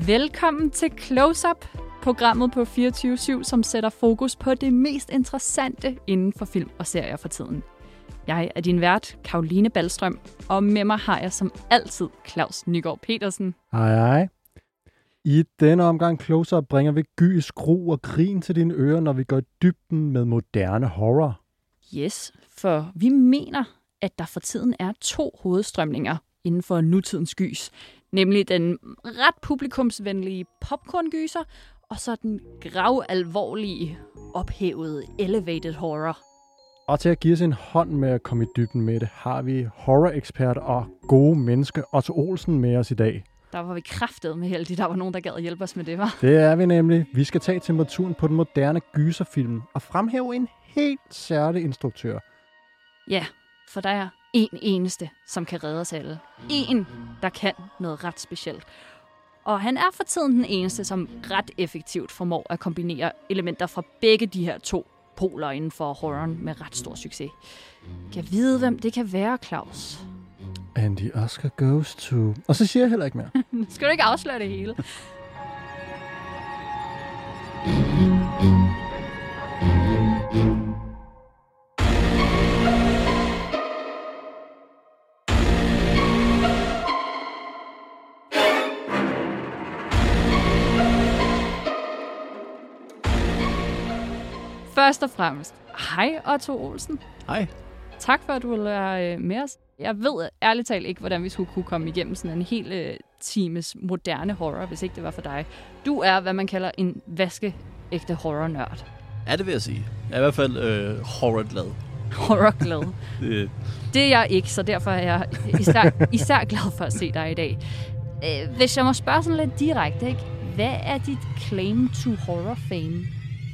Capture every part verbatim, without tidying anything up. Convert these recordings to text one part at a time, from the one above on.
Velkommen til Close-Up, programmet på fireogtyve syv, som sætter fokus på det mest interessante inden for film og serier for tiden. Jeg er din vært, Caroline Ballstrøm, og med mig har jeg som altid Claus Nygaard Petersen. Hej, hej. I denne omgang Close-Up bringer vi gys, skru og grin til dine ører, når vi går i dybden med moderne horror. Yes, for vi mener, at der for tiden er to hovedstrømninger inden for nutidens gys. Nemlig den ret publikumsvenlige popcorngyser, og så den gravalvorlige, ophævede elevated horror. Og til at give os en hånd med at komme i dybden med det, har vi horror-ekspert og gode menneske Otto Olsen med os i dag. Der var vi kraftet med heldige, der var nogen, der gad at hjælpe os med det, var. Det er vi nemlig. Vi skal tage temperaturen på den moderne gyserfilm og fremhæve en helt særlig instruktør. Ja, for der er en eneste, som kan redde os alle. En, der kan noget ret specielt. Og han er for tiden den eneste, som ret effektivt formår at kombinere elementer fra begge de her to poler inden for horroren med ret stor succes. Kan jeg vide, hvem det kan være, Claus? And the Oscar goes to... Og så siger jeg heller ikke mere. Skal du ikke afsløre det hele? Først og fremmest, hej Otto Olsen. Hej. Tak for, at du vil være med os. Jeg ved ærligt talt ikke, hvordan vi skulle kunne komme igennem sådan en hel uh, times moderne horror, hvis ikke det var for dig. Du er, hvad man kalder en vaskeægte horror-nørd. Ja, det vil jeg sige. Jeg er i hvert fald øh, horror-glad. Horror-glad. det. det er jeg ikke, så derfor er jeg især, især glad for at se dig i dag. Uh, hvis jeg må spørge sådan lidt direkte, ikke? Hvad er dit claim to horror fame?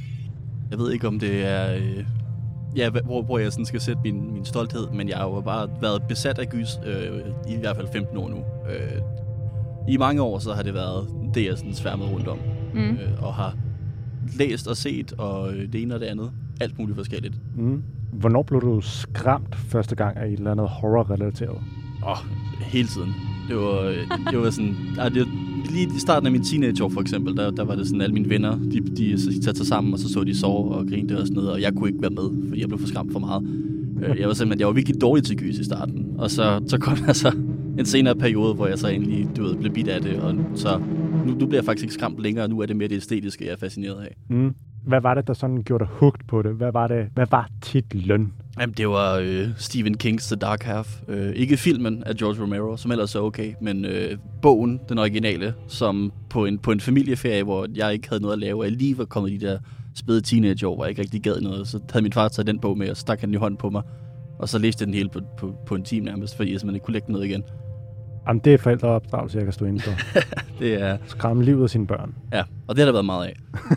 Jeg ved ikke, om det er... Øh, ja, hvor, hvor jeg sådan skal sætte min, min stolthed, men jeg har jo bare været besat af gys øh, i hvert fald femten år nu. Øh, I mange år så har det været det, jeg sådan sværmede rundt om. Mm. Øh, og har læst og set, og det ene og det andet. Alt muligt forskelligt. Mm. Hvornår blev du skræmt første gang af et eller andet horror-relateret? Åh, oh, hele tiden. Det var, det var sådan... Ah, det, lige i starten af min teenageår for eksempel, der, der var det sådan, alle mine venner, de, de satte sig sammen, og så så de sove og grinte og sådan noget, og jeg kunne ikke være med, fordi jeg blev for skræmt for meget. Jeg var simpelthen, jeg var virkelig dårlig til gys i starten, og så, så kom der så en senere periode, hvor jeg så egentlig, du ved, blev bidt af det, og så nu, nu bliver jeg faktisk ikke skræmt længere, og nu er det mere det æstetiske, jeg er fascineret af. Mm. Hvad var det, der sådan gjorde dig hooked på det? Hvad var det? Hvad var titlen? Jamen, det var øh, Stephen Kings The Dark Half. Øh, ikke filmen af George Romero, som ellers er okay, men øh, bogen, den originale, som på en, på en familieferie, hvor jeg ikke havde noget at lave, og jeg lige var kommet i de der spæde teenageår, hvor jeg ikke rigtig gad noget, så havde min far taget den bog med, og stak han i hånden på mig, og så læste jeg den hele på, på, på en time nærmest, fordi jeg simpelthen ikke kunne lægge noget igen. Jamen, det er forældreopdragelse, jeg kan stå inde for. Det er... Skræmme livet af sine børn. Ja, og det har der været meget af.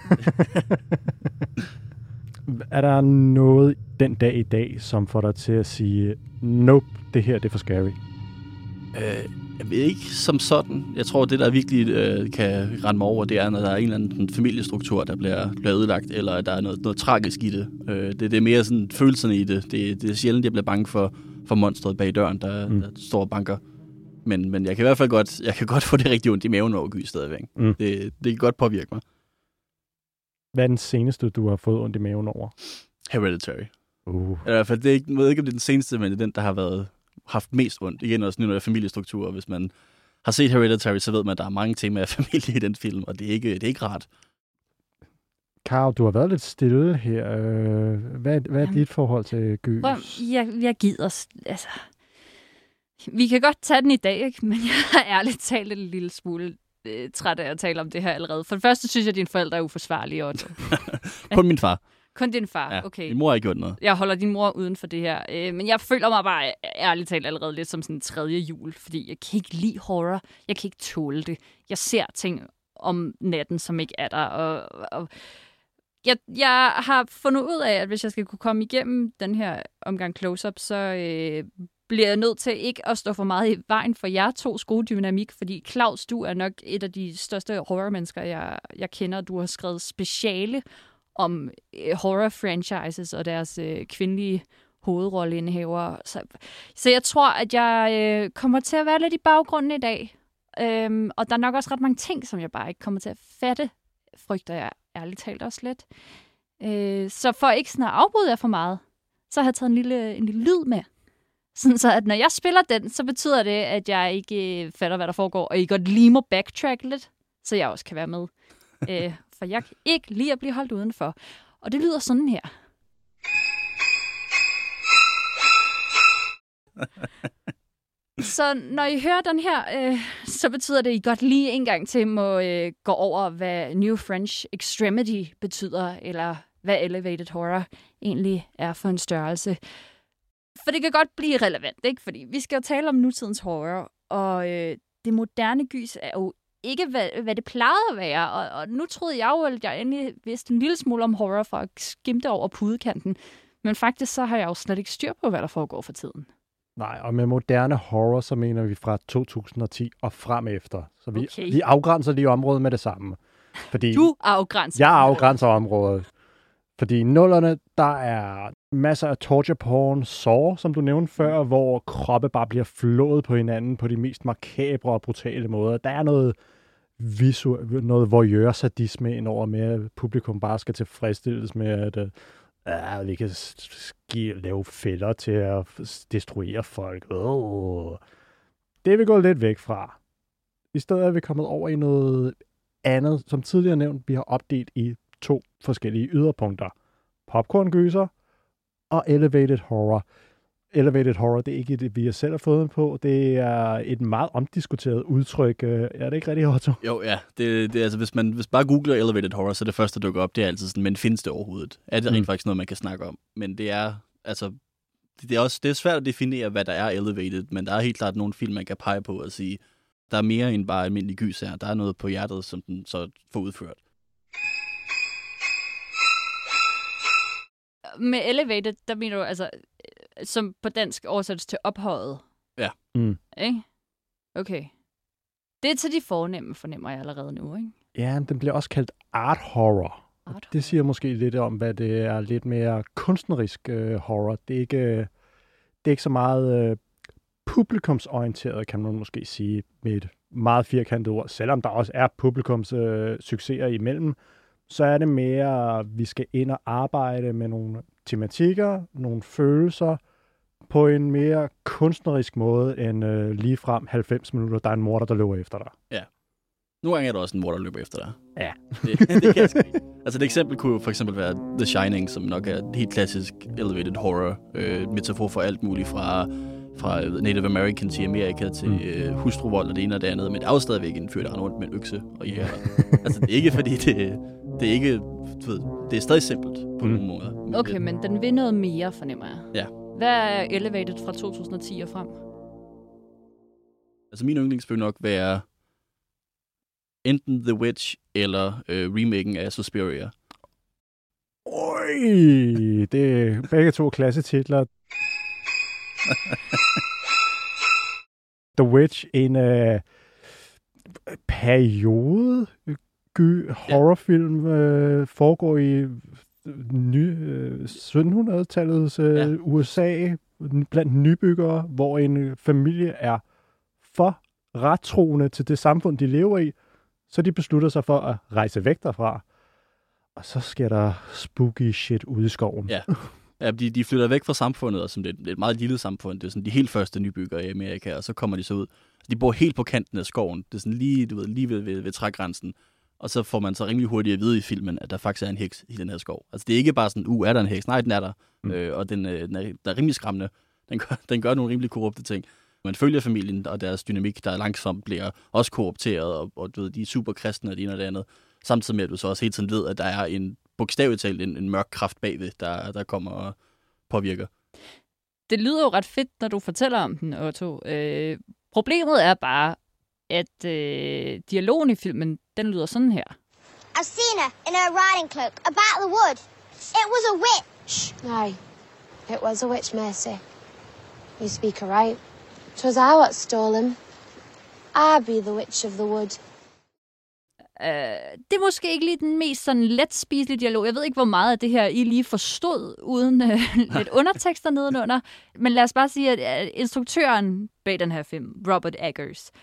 Er der noget den dag i dag, som får dig til at sige, nope, det her det er for scary? Øh, jeg ved ikke som sådan. Jeg tror, det der virkelig øh, kan rende mig over, det er, når der er en eller anden familiestruktur, der bliver, bliver ødelagt, eller der er noget, noget tragisk i det. Øh, det. Det er mere sådan følelserne i det. Det, det er sjældent, jeg bliver bange for, for monstret bag døren, der, mm. der står og banker. Men, men jeg kan i hvert fald godt, jeg kan godt få det rigtig ondt i maven over gys stadigvæk. Mm. Det, det kan godt påvirke mig. Hvad er den seneste, du har fået ondt i maven over? Hereditary. Uh. I hvert fald, det er ikke, jeg ved ikke, om det er den seneste, men det er den, der har været, haft mest ondt. Igen også nu, når jeg er familiestruktur. Hvis man har set Hereditary, så ved man, at der er mange temaer af familie i den film, og det er ikke, det er ikke rart. Karl, du har været lidt stille her. Hvad, hvad er dit forhold til gys? Jeg, jeg gider... Altså, vi kan godt tage den i dag, ikke? Men jeg er ærligt talt en lille smule øh, træt af at tale om det her allerede. For det første synes jeg, at dine forældre er uforsvarlige, Otto. Kun min far. Kun din far, ja, okay. Min mor har ikke gjort noget. Jeg holder din mor uden for det her. Øh, men jeg føler mig bare ærligt talt allerede lidt som sådan en tredje jul. Fordi jeg kan ikke lide horror. Jeg kan ikke tåle det. Jeg ser ting om natten, som ikke er der. Og, og jeg, jeg har fundet ud af, at hvis jeg skal kunne komme igennem den her omgang close-up, så... Øh, bliver jeg nødt til ikke at stå for meget i vejen for jer tos gode dynamik, fordi Claus, du er nok et af de største horrormennesker, jeg, jeg kender. Du har skrevet speciale om øh, horror-franchises og deres øh, kvindelige hovedrolleindehavere. Så, så jeg tror, at jeg øh, kommer til at være lidt i baggrunden i dag, Øhm, og der er nok også ret mange ting, som jeg bare ikke kommer til at fatte, frygter jeg ærligt talt også lidt. Øh, så for ikke sådan at afbryde jer for meget, så har jeg taget en lille, en lille lyd med. Sådan så, at når jeg spiller den, så betyder det, at jeg ikke øh, fatter, hvad der foregår, og I godt lige må backtrack lidt, så jeg også kan være med. øh, for jeg kan ikke lide at blive holdt udenfor. Og det lyder sådan her. Så når I hører den her, øh, så betyder det, at I godt lige en gang til må øh, gå over, hvad New French Extremity betyder, eller hvad Elevated Horror egentlig er for en størrelse. For det kan godt blive relevant, ikke? Fordi vi skal jo tale om nutidens horror, og øh, det moderne gys er jo ikke, hvad, hvad det plejede at være. Og, og nu troede jeg jo, at jeg endelig vidste en lille smule om horror for at skimte over pudekanten. Men faktisk så har jeg jo slet ikke styr på, hvad der foregår for tiden. Nej, og med moderne horror, så mener vi fra to tusind og ti og frem efter. Så vi, Okay. vi afgrænser lige området med det samme. Fordi Du afgrænser. jeg afgrænser området. Fordi i nullerne, der er masser af torture porn, Saw, som du nævnte før, hvor kroppe bare bliver flået på hinanden på de mest makabre og brutale måder. Der er noget visuelt, noget voyeur-sadisme indover med, at publikum bare skal tilfredsstilles med, at uh, ja, vi kan sk- lave fælder til at destruere folk. Oh. Det er vi gået lidt væk fra. I stedet er vi kommet over i noget andet, som tidligere nævnt, vi har opdelt i to forskellige yderpunkter. Popcorn-gyser og elevated horror. Elevated horror, det er ikke det, vi selv har fået på. Det er et meget omdiskuteret udtryk. Er det ikke rigtigt, Otto? Jo, ja. Det, det er altså, hvis man hvis bare googler elevated horror, så er det første, der dukker op, det er altid sådan, men findes det overhovedet? Er det rent mm. faktisk noget, man kan snakke om? Men det er, altså, det er også det er svært at definere, hvad der er elevated, men der er helt klart nogle film, man kan pege på og sige, der er mere end bare almindelig gys her. Der er noget på hjertet, som den så får udført. Med elevated, der mener du altså, som på dansk oversættes til ophøjet. Ja. Mm. Ikke? Okay. Det er til de fornemme, fornemmer jeg allerede nu, ikke? Ja, den bliver også kaldt art horror. Art Det siger måske lidt om, hvad det er lidt mere kunstnerisk uh, horror. Det er ikke, det er ikke så meget uh, publikumsorienteret, kan man måske sige, med et meget firkantet ord. Selvom der også er publikums uh, succeser imellem, så er det mere, at vi skal ind og arbejde med nogle tematikker, nogle følelser, på en mere kunstnerisk måde end uh, ligefrem halvfems minutter, der er en morder, der løber efter dig. Ja. Nogle gange er der også en morder, der løber efter dig. Ja. Det, det kan jeg sgu. Altså et eksempel kunne for eksempel være The Shining, som nok er et helt klassisk elevated horror, øh, metafor for alt muligt fra, fra Native Americans i Amerika til mm. øh, hustruvold og det ene og det andet, men det er jo stadigvæk en fyr, der render rundt med en økse og jæger. Altså det er ikke fordi, det, det er ikke, du ved, det er stadig simpelt på mm. nogle måder. Men Okay, men den vil noget mere, fornemmer jeg. Ja. Hvad er elevated fra to tusind og ti og frem? Altså min yndlings vil nok være enten The Witch eller øh, remaken af Suspiria. Oj, det er begge to klassetitler. The Witch, en uh, periode horrorfilm, uh, foregår i ny, uh, syttenhundredetallet uh, ja. U S A, blandt nybyggere, hvor en familie er for rettroende til det samfund, de lever i, så de beslutter sig for at rejse væk derfra. Og så sker der spooky shit ude i skoven. Ja, ja de, de flytter væk fra samfundet, og som det er et meget lille samfund. Det er sådan de helt første nybyggere i Amerika, og så kommer de så ud. De bor helt på kanten af skoven. Det er sådan lige, du ved, lige ved, ved, ved trægrænsen. Og så får man så rimelig hurtigt at vide i filmen, at der faktisk er en heks i den her skov. Altså det er ikke bare sådan, uh, er der en heks? Nej, den er der. Mm. Øh, og den, øh, den, er, den er rimelig skræmmende. Den gør, den gør nogle rimelig korrupte ting. Man følger familien og deres dynamik, der langsomt bliver også korrupteret, og, og du ved, de er super kristne og det ene og det andet. Samtidig med, at du så også hele tiden ved, at der er en bogstaveligt talt en, en mørk kraft bagved, der, der kommer og påvirker. Det lyder jo ret fedt, når du fortæller om den, Otto. Øh, problemet er bare, at øh, dialogen i filmen, den lyder sådan her. I've seen her in her riding cloak about the wood. It was a witch. Aye, it was a witch, Mercy. You speak her right. 'Twas I what stole him. I be the witch of the wood. Uh, det er måske ikke lige den mest sådan let spiselige dialog. Jeg ved ikke, hvor meget af det her I lige forstod, uden uh, lidt undertekster nedenunder. Men lad os bare sige, at uh, instruktøren bag den her film, Robert Eggers,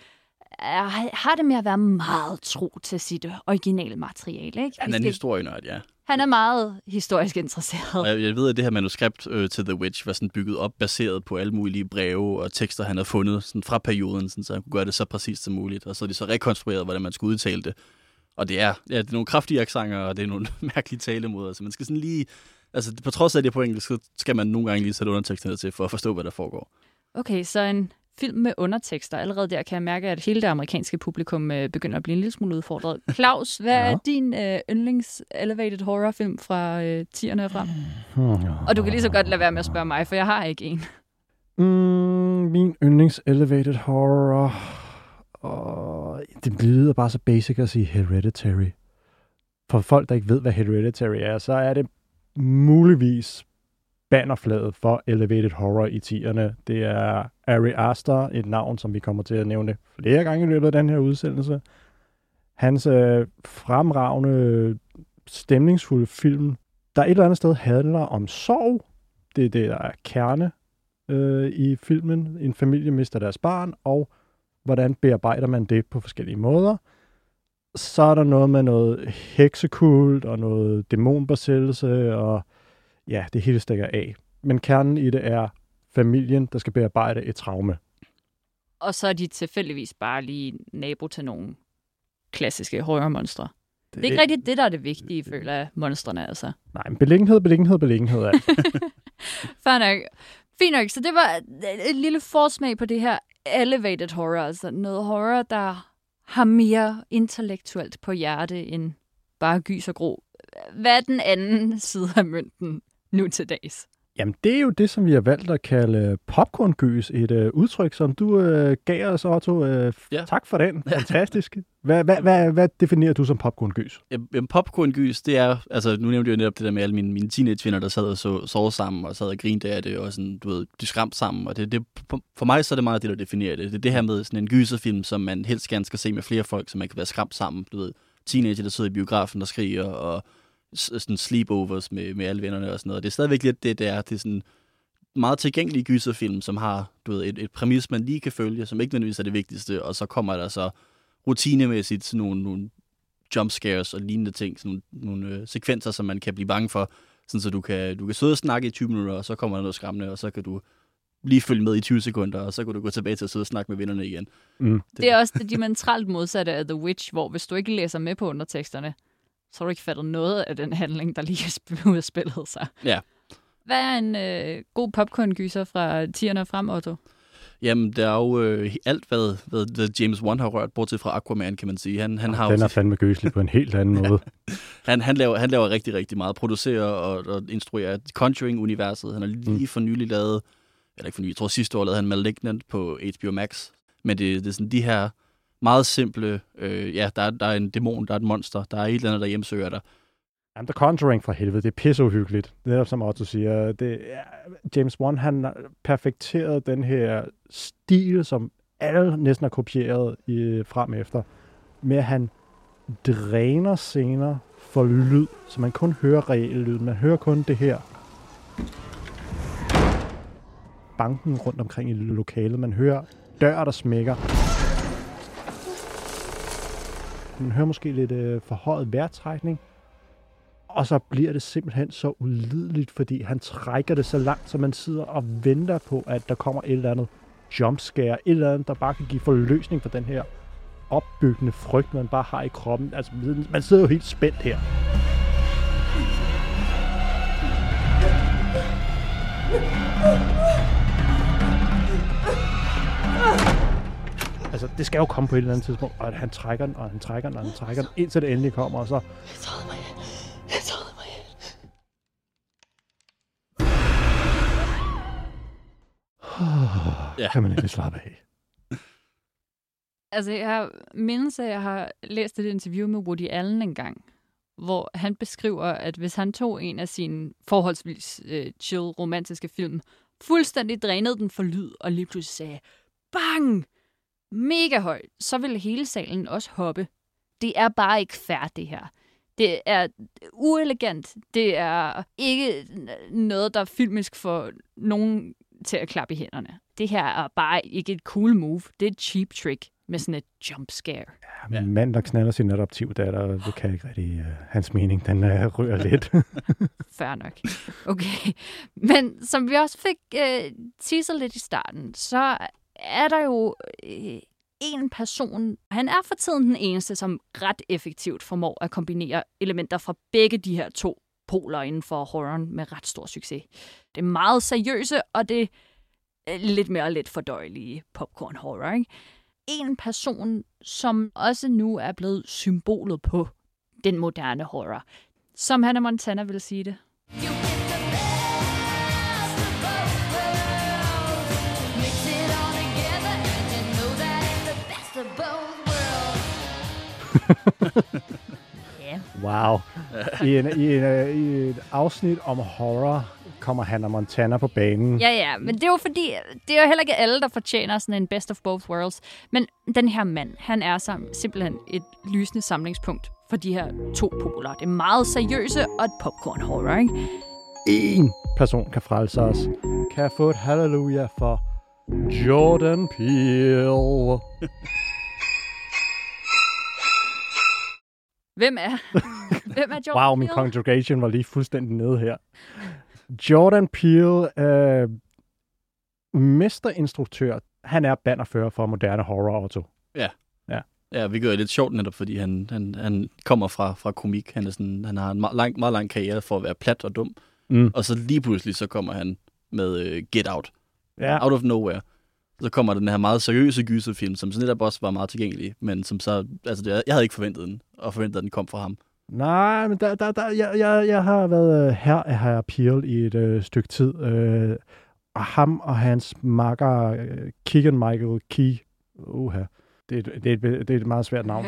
er, har det med at være meget tro til sit originale materiale. Ikke? Han er en historienørd, ja. Han er meget historisk interesseret. Og jeg, jeg ved, at det her manuskript øh, til The Witch var sådan bygget op, baseret på alle mulige breve og tekster, han havde fundet sådan fra perioden, sådan, så han kunne gøre det så præcist som muligt. Og så er det så rekonstrueret, hvordan man skulle udtale det. Og det er, ja, det er nogle kraftige accenter, og det er nogle mærkelige talemåder. Så man skal sådan lige... Altså, på trods af det på engelsk, så skal man nogle gange lige sætte underteksterne til, for at forstå, hvad der foregår. Okay, så en film med undertekster. Allerede der kan jeg mærke, at hele det amerikanske publikum øh, begynder at blive en lille smule udfordret. Claus, hvad ja. er din øh, yndlings elevated horrorfilm fra øh, tierne og frem? Og du kan lige så godt lade være med at spørge mig, for jeg har ikke en. Mm, min yndlings elevated horror... Og det lyder bare så basic at sige Hereditary. For folk, der ikke ved, hvad Hereditary er, så er det muligvis bannerflaget for elevated horror i tierne. Det er Ari Aster, et navn, som vi kommer til at nævne flere gange i løbet af den her udsendelse. Hans øh, fremragende, stemningsfulde film, der et eller andet sted handler om sorg. Det er det, der er kerne øh, i filmen. En familie mister deres barn, og hvordan bearbejder man det på forskellige måder. Så er der noget med noget heksekult og noget dæmonbesættelse, og ja, det hele stikker af. Men kernen i det er familien, der skal bearbejde et traume. Og så er de tilfældigvis bare lige nabo til nogle klassiske horrormonstre. Det, det er ikke rigtigt det, der er det vigtige, føler jeg, monstrene altså. Nej, men beliggenhed, beliggenhed, beliggenhed altså. Fair nok. Fint nok, så det var et lille forsmag på det her elevated horror, altså noget horror, der har mere intellektuelt på hjerte end bare gys og gro. Hvad er den anden side af mønten nu til dags? Jamen, det er jo det, som vi har valgt at kalde popcorngys, et uh, udtryk, som du uh, gav os, Otto. Uh, ja. Tak for den. Fantastisk. Hvad, hvad, hvad, hvad definerer du som popcorngys? Jamen, popcorngys, det er, altså nu nævnte jeg jo netop det der med alle mine, mine teenagevenner, der sad og så, sov sammen, og sad og grinte af det, og sådan, du ved, de skræmte sammen, og det, det, for mig så er det meget det, der definerer det. Det er det her med sådan en gyserfilm, som man helst gerne skal se med flere folk, så man kan være skræmt sammen, du ved, teenager, der sidder i biografen og skriger, og sådan sleepovers med, med alle vennerne og sådan noget. Det er stadigvæk lidt det, der. Det er sådan meget tilgængelige gyserfilm, som har, du ved, et, et præmis, man lige kan følge, som ikke nødvendigvis er det vigtigste, og så kommer der så rutinemæssigt sådan nogle, nogle jumpscares og lignende ting, sådan nogle, nogle øh, sekvenser, som man kan blive bange for, sådan så du kan, du kan sidde og snakke i tyve minutter, og så kommer der noget skræmmende, og så kan du lige følge med i tyve sekunder, og så kan du gå tilbage til at sidde og snakke med vennerne igen. Mm. Det, det er også det diametralt modsatte af The Witch, hvor hvis du ikke læser med på underteksterne, så har du ikke fattet noget af den handling, der lige er udspillet sig. Ja. Hvad er en øh, god popcorn-gyser fra tierne frem, Otto? Jamen, der er jo øh, alt, hvad, hvad, hvad James Wan har rørt, bortset fra Aquaman, kan man sige. Han, han ja, har den jo er fandme gøselig på en helt anden måde. han, han, laver, han laver rigtig, rigtig meget. Producerer og, og instruerer Conjuring-universet. Han har lige mm. for nylig lavet, eller ikke for nylig, jeg tror sidste år lavede han Malignant på H B O Max. Men det, det er sådan de her meget simple, øh, ja, der er, der er en dæmon, der er et monster, der er et eller andet, der hjemsøger dig. Jamen, The Conjuring for helvede, det er pisseuhyggeligt. Det er som Otto siger. Det, ja, James Wan, han perfekterede den her stil, som alle næsten har kopieret i, frem efter, med at han dræner scener for lyd, så man kun hører reel lyd. Man hører kun det her banken rundt omkring i lokalet. Man hører dør, der smækker. Man hører måske lidt øh, forhøjet vejrtrækning. Og så bliver det simpelthen så ulideligt, fordi han trækker det så langt, så man sidder og venter på, at der kommer et eller andet jumpscare, et eller andet, der bare kan give forløsning for den her opbyggende frygt, man bare har i kroppen. Altså, man sidder jo helt spændt her. Altså, det skal jo komme på et eller andet tidspunkt, og han trækker den, og han trækker den, og han trækker den, indtil det endelig kommer, og så... Ja. Kan man ikke slappe af. Altså, jeg mindes, at jeg har læst et interview med Woody Allen engang, hvor han beskriver, at hvis han tog en af sine forholdsvis øh, chill romantiske film, fuldstændig drænede den for lyd, og lige pludselig sagde, bang! Mega højt, så ville hele salen også hoppe. Det er bare ikke fair, det her. Det er uelegant. Det er ikke noget, der filmisk får nogen til at klappe i hænderne. Det her er bare ikke et cool move. Det er et cheap trick. med sådan et jump scare. Ja. Mand, der knaller sin adoptivdatter, det kan ikke rigtig... Uh, hans mening, den uh, rører lidt. Fair nok. Okay. Men som vi også fik uh, teaset lidt i starten, så er der jo uh, en person. Han er for tiden den eneste, som ret effektivt formår at kombinere elementer fra begge de her to poler inden for horroren med ret stor succes. Det er meget seriøse, og det er lidt mere lidt fordøjelige popcorn horror, ikke? En person, som også nu er blevet symbolet på den moderne horror. Som Hannah Montana vil sige det. Wow. I, en, i, en, I et afsnit om horror kommer Hannah Montana på banen. Ja, ja, men det er jo fordi, det er jo heller ikke alle, der fortjener sådan en best of both worlds. Men den her mand, han er simpelthen et lysende samlingspunkt for de her to poler. Det er meget seriøse og et popcorn horror, ikke? En person kan frelse os. Kan jeg få et halleluja for Jordan Peele? Hvem er, Hvem er Jordan Wow, min Peele? congregation var lige fuldstændig nede her. Jordan Peele, øh, mesterinstruktør, han er bannerfører for moderne horror, Otto. Ja. Ja. Ja, vi gør det lidt sjovt netop, fordi han, han, han kommer fra, fra komik. Han, er sådan, han har en meget lang, meget lang karriere for at være plat og dum. Mm. Og så lige pludselig, så kommer han med uh, Get Out. Ja. Out of nowhere. Så kommer den her meget seriøse gyserfilm, som så netop også var meget tilgængelig, men som så, altså det, jeg havde ikke forventet den, og forventet, at den kom fra ham. Nej, men der, der, der, jeg, jeg, jeg har været her af her Peele i et øh, stykke tid. Øh, og ham og hans makker, øh, Keegan Michael Key, uha, det er, det, er et, det er et meget svært navn.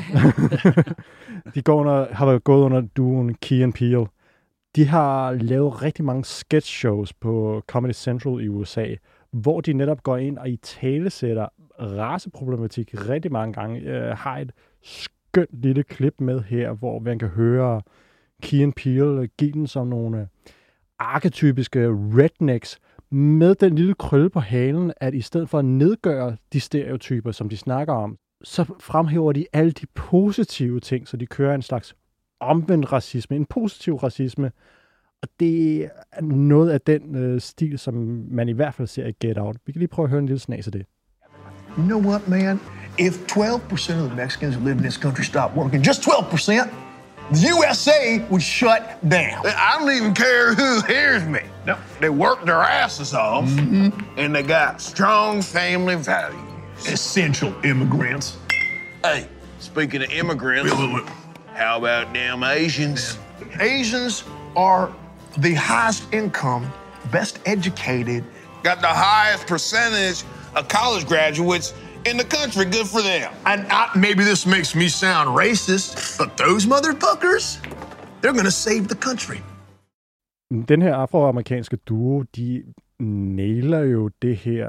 De går under, har været gået under duoen Key and Peele. De har lavet rigtig mange sketch shows på Comedy Central i U S A, hvor de netop går ind og i talesætter raceproblematik rigtig mange gange. Øh, har et skønt lille klip med her, hvor man kan høre Key and Peele give den som nogle arketypiske rednecks, med den lille krølle på halen, at i stedet for at nedgøre de stereotyper, som de snakker om, så fremhæver de alle de positive ting, så de kører en slags omvendt racisme, en positiv racisme. Og det er noget af den øh, stil, som man i hvert fald ser i Get Out. Vi kan lige prøve at høre en lille snas af det. You know what, man? If twelve percent of the Mexicans who live in this country stop working, just twelve percent, the U S A would shut down. I don't even care who hears me. No, they work their asses off, mm-hmm. and they got strong family values. Essential immigrants. Hey, speaking of immigrants, how about damn Asians? Asians are the highest income, best educated. Got the highest percentage of college graduates in the country. Good for them. And I, maybe this makes me sound racist, but those motherfuckers, they're gonna save the country. Den her afroamerikanske duo, de nailer jo det her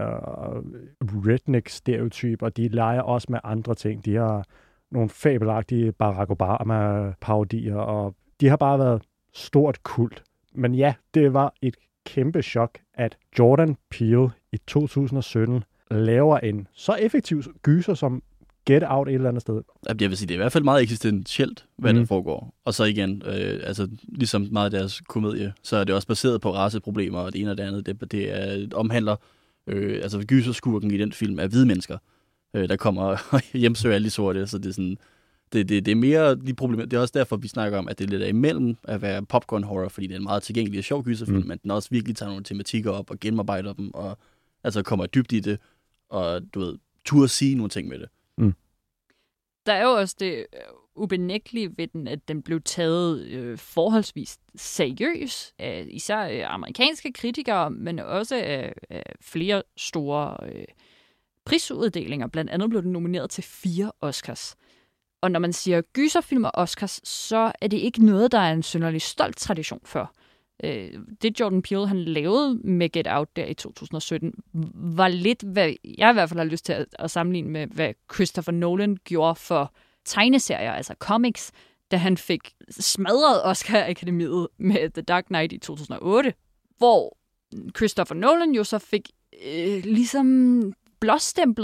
redneck-stereotyp, og de leger også med andre ting. De har nogle fabelagtige Barack Obama-parodier, og de har bare været stort kult. Men ja, det var et kæmpe chok, at Jordan Peele i to tusind og sytten laver en så effektiv gyser som Get Out et eller andet sted. Jeg vil sige, det er i hvert fald meget eksistentielt, hvad mm. der foregår. Og så igen, øh, altså ligesom meget af deres komedie, så er det også baseret på raceproblemer, og det ene og det andet, det, det er, omhandler, øh, altså gyserskurken i den film er hvide mennesker, øh, der kommer og hjemsøger alle de sorte, så det er sådan, det, det, det er mere de problemer. Det er også derfor, vi snakker om, at det er lidt af imellem at være popcorn horror, fordi det er en meget tilgængelig og sjov gyserfilm, mm. men den også virkelig tager nogle tematikker op og gennemarbejder dem, og altså kommer dybt i det, og du ved, turde sige nogle ting med det. Mm. Der er jo også det ubenægtelige ved den, at den blev taget øh, forholdsvis seriøs af især øh, amerikanske kritikere, men også af, af flere store øh, prisuddelinger. Blandt andet blev den nomineret til fire Oscars. Og når man siger gyserfilm og Oscars, så er det ikke noget, der er en synderlig stolt tradition for. Øh, det Jordan Peele han lavede med Get Out der i to tusind og sytten, var lidt, hvad jeg i hvert fald har lyst til at, at sammenligne med, hvad Christopher Nolan gjorde for tegneserier, altså comics, da han fik smadret Oscar-akademiet med The Dark Knight i to tusind og otte, hvor Christopher Nolan jo så fik øh, ligesom blåstemplet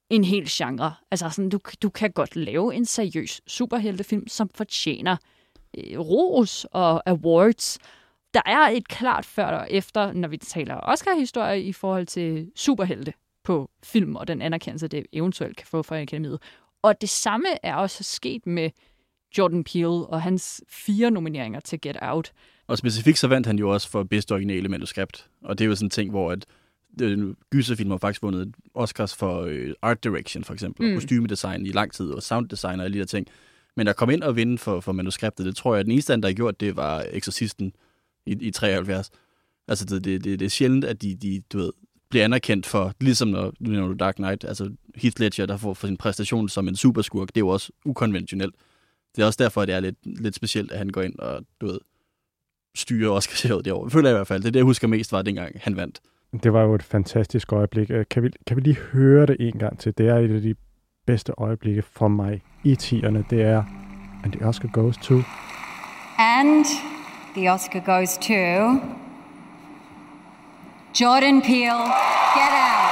en hel genre. Altså sådan, du, du kan godt lave en seriøs superheltefilm, som fortjener øh, ros og awards. Der er et klart før og efter, når vi taler Oscar-historie i forhold til superhelte på film og den anerkendelse, det eventuelt kan få fra Akademiet. Og det samme er også sket med Jordan Peele og hans fire nomineringer til Get Out. Og specifikt så vandt han jo også for bedste originale manuskript. Og det er jo sådan en ting, hvor at gyserfilm har faktisk vundet Oscars for øh, art direction, for eksempel, mm. kostymedesign i lang tid, og sounddesign og alle de der ting. Men at komme ind og vinde for, for manuskriptet, det tror jeg, at den eneste, der har gjort, det var Exorcisten i, i treoghalvfjerds. Altså, det, det, det, det er sjældent, at de, de du ved, bliver anerkendt for, ligesom når du nævner Dark Knight, altså Heath Ledger, der får for sin præstation som en superskurk, det er jo også ukonventionelt. Det er også derfor, at det er lidt, lidt specielt, at han går ind og, du ved, styrer Oscar-showet derovre. Jeg føler i hvert fald, det er det, jeg husker mest, var dengang han vandt. Det var jo et fantastisk øjeblik. Kan vi, kan vi lige høre det en gang til? Det er et af de bedste øjeblikke for mig i tierne. Det er, and the Oscar goes to... And the Oscar goes to... Jordan Peele, Get Out.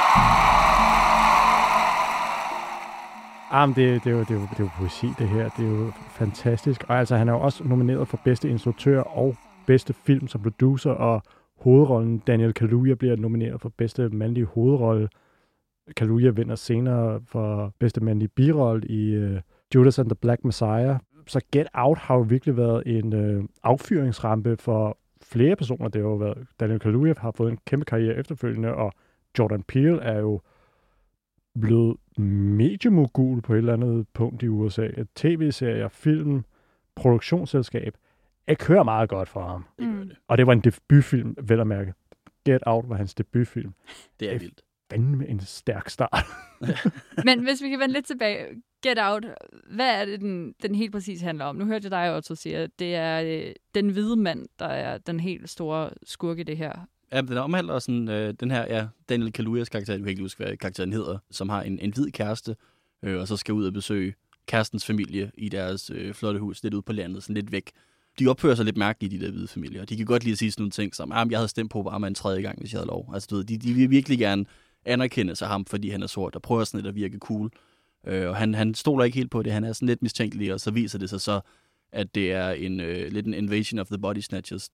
Ah, men det, det, er jo, det, er jo, det er jo poesi, det her. Det er jo fantastisk. Og altså, han er jo også nomineret for bedste instruktør og bedste film som producer, og hovedrollen Daniel Kaluuya bliver nomineret for bedste mandlige hovedrolle. Kaluuya vinder senere for bedste mandlige birolle i uh, Judas and the Black Messiah. Så Get Out har jo virkelig været en uh, affyringsrampe for flere personer. Det har jo været, Daniel Kaluuya har fået en kæmpe karriere efterfølgende, og Jordan Peele er jo blevet mediemogul på et eller andet punkt i U S A. Et tv-serier, film, produktionsselskab. Jeg kører meget godt for ham. Mm. Og det var en debutfilm, vel at mærke. Get Out var hans debutfilm. Det er vildt. Fandme en stærk start. Men hvis vi kan vende lidt tilbage. Get Out, hvad er det, den, den helt præcis handler om? Nu hørte jeg dig også sige, at det er øh, den hvide mand, der er den helt store skurk i det her. Ja, den omhandler sådan, øh, den her, ja, Daniel Kaluuyas karakter, jeg kan ikke huske, hvad karakteren hedder, som har en, en hvid kæreste, øh, og så skal ud og besøge kærestens familie i deres øh, flotte hus, lidt ude på landet, sådan lidt væk. De opfører sig lidt mærkeligt, de der hvide familier. De kan godt lide at sige sådan nogle ting som, at jeg havde stemt på Obama en tredje gang, hvis jeg havde lov. Altså, du ved, de, de vil virkelig gerne anerkende sig ham, fordi han er sort, og prøver sådan lidt at virke cool. Øh, og han, han stoler ikke helt på det. Han er sådan lidt mistænkelig, og så viser det sig så, at det er en øh, lidt en invasion of the body snatchers.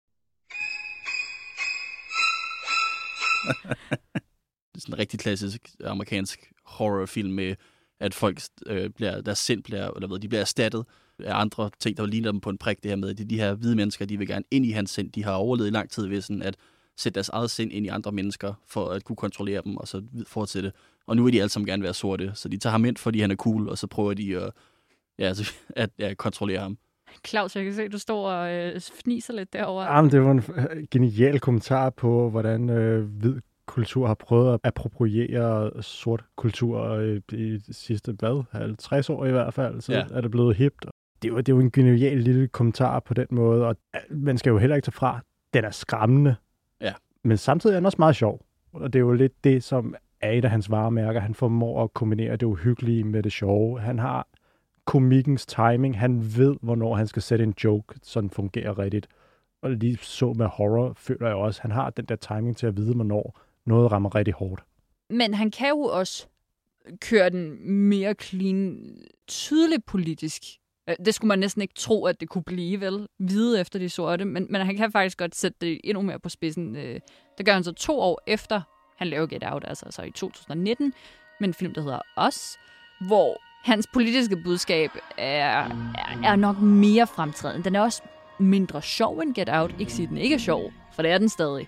Det er sådan en rigtig klassisk amerikansk horrorfilm med, at folk øh, bliver, deres sind bliver, eller hvad, de bliver erstattet af andre ting, der ligner dem på en prik. Det her med, at de her hvide mennesker, de vil gerne ind i hans sind. De har overlevet i lang tid ved sådan at sætte deres eget sind ind i andre mennesker, for at kunne kontrollere dem, og så fortsætte. Og nu vil de alle sammen gerne være sorte, så de tager ham ind, fordi han er cool, og så prøver de at, ja, altså, at ja, kontrollere ham. Claus, jeg kan se, at du står og øh, fniser lidt derovre. Jamen, det var en genial kommentar på, hvordan øh, hvid kultur har prøvet at appropriere sort kultur øh, i de sidste, hvad, halvtreds år i hvert fald, så ja. Er det blevet hipt. Det er, jo, det er jo en genial lille kommentar på den måde, og man skal jo heller ikke tage fra, den er skræmmende, ja. Men samtidig er den også meget sjov. Og det er jo lidt det, som er et af hans varemærker. Han formår at kombinere det uhyggelige med det sjove. Han har komikkens timing. Han ved, hvornår han skal sætte en joke, så den fungerer rigtigt. Og lige så med horror, føler jeg også, han har den der timing til at vide, hvornår noget rammer rigtig hårdt. Men han kan jo også køre den mere clean, tydeligt politisk. Det skulle man næsten ikke tro, at det kunne blive, vel? Vide efter de sorte. Men, men han kan faktisk godt sætte det endnu mere på spidsen. Det gør han så to år efter, han laver Get Out, altså, altså i to tusind nitten, med en film, der hedder Us, hvor hans politiske budskab er, er, er nok mere fremtrædende. Den er også mindre sjov end Get Out. Ikke sige, den ikke er sjov, for det er den stadig.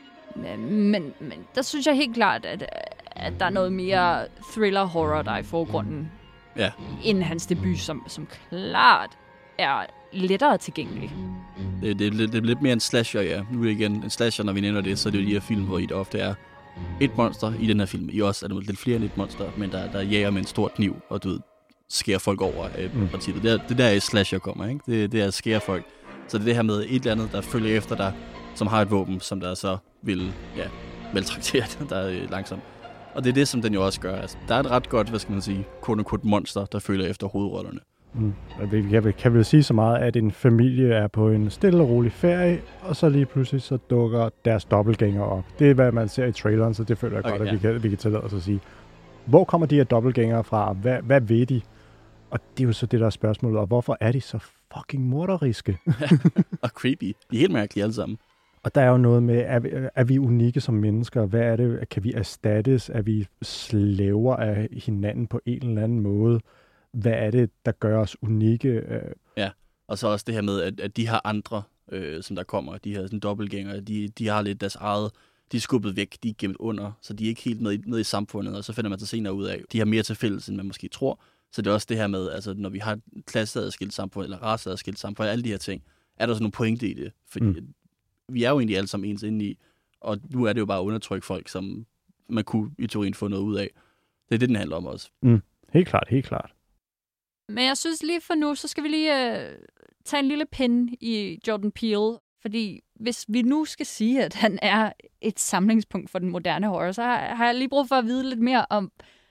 Men, men, men der synes jeg helt klart, at, at der er noget mere thriller-horror, der er i forgrunden, ja. End hans debut, som, som klart er lettere tilgængelig. Det, det, det, det er lidt mere en slasher, ja. Nu igen, en slasher, når vi nævner det, så er det jo de her film, hvor I der ofte er et monster i den her film. I også er der lidt flere end et monster, men der, der jager med en stor kniv, og du ved, skærer folk over øh, mm. princippet. Det er, det der er slasher kommer, ikke? Det, det er at skære folk. Så det er det her med et eller andet, der følger efter dig, som har et våben, som der så vil, ja, maltraktere dig, der er øh, langsomt. Og det er det, som den jo også gør. Altså, der er et ret godt, hvad skal man sige, quote-unquote monster, der følger efter hovedrollerne. Mm. Jeg kan vel sige så meget, at en familie er på en stille og rolig ferie, og så lige pludselig så dukker deres dobbeltgænger op. Det er, hvad man ser i traileren, så det føler jeg okay, godt, at ja. vi, kan, vi kan tillade os at sige. hvor kommer de her dobbeltgængere fra? Hvad, hvad ved de? Og det er jo så det, der er spørgsmålet. Og hvorfor er de så fucking morderiske? Og creepy. De er helt mærkelige alle sammen. Og der er jo noget med, er vi, er vi unikke som mennesker? Hvad er det? Kan vi erstattes? Er vi slaver af hinanden på en eller anden måde? Hvad er det, der gør os unikke? Ja, og så også det her med, at, at de her andre, øh, som der kommer, de her sådan dobbeltgængere, de, de har lidt deres eget, de er skubbet væk, de er gemt under, så de er ikke helt med i, med i samfundet, og så finder man sig senere ud af, de har mere til fælles, end man måske tror. Så det er også det her med, altså når vi har et klasseadskilt samfund, eller raceadskilt samfund, alle de her ting, er der sådan nogle pointe i det, fordi mm. vi er jo egentlig alle sammen ens inde i, og nu er det jo bare at undertrykke folk, som man kunne i teorien få noget ud af. Det er det, den handler om også. Mm. Helt klart, helt klart. Men jeg synes lige for nu, så skal vi lige øh, tage en lille pinde i Jordan Peele. Fordi hvis vi nu skal sige, at han er et samlingspunkt for den moderne horror, så har, har jeg lige brug for at vide lidt mere om,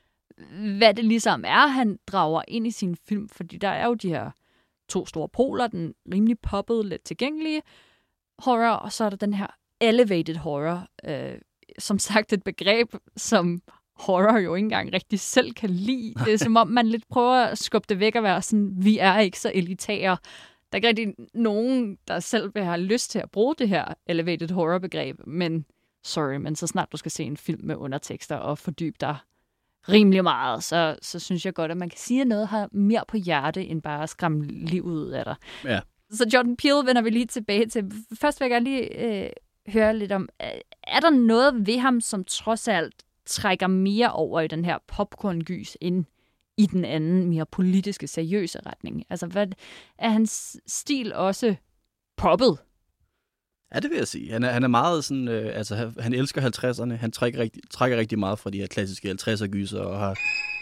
hvad det ligesom er, han drager ind i sin film. Fordi der er jo de her to store poler, den rimelig poppede, let tilgængelige horror, og så er der den her elevated horror. Øh, som sagt et begreb, som horror jo ikke engang rigtig selv kan lide. Det er som om, man lidt prøver at skubbe det væk og være sådan, vi er ikke så elitære. Der er ikke rigtig nogen, der selv vil have lyst til at bruge det her elevated horror-begreb, men sorry, men så snart du skal se en film med undertekster og fordybe dig rimelig meget, så, så synes jeg godt, at man kan sige, at noget har mere på hjerte, end bare at skræmme livet ud af dig. Ja. Så Jordan Peele vender vi lige tilbage til. Først vil jeg gerne lige øh, høre lidt om, er der noget ved ham, som trods alt trækker mere over i den her popcorn-gys end i den anden, mere politiske, seriøse retning? Altså, hvad, er hans stil også poppet? Ja, det vil jeg sige. Han er, han er meget sådan, øh, altså han, han elsker halvtredserne. Han trækker rigtig, trækker rigtig meget fra de her klassiske halvtredser-gyser og har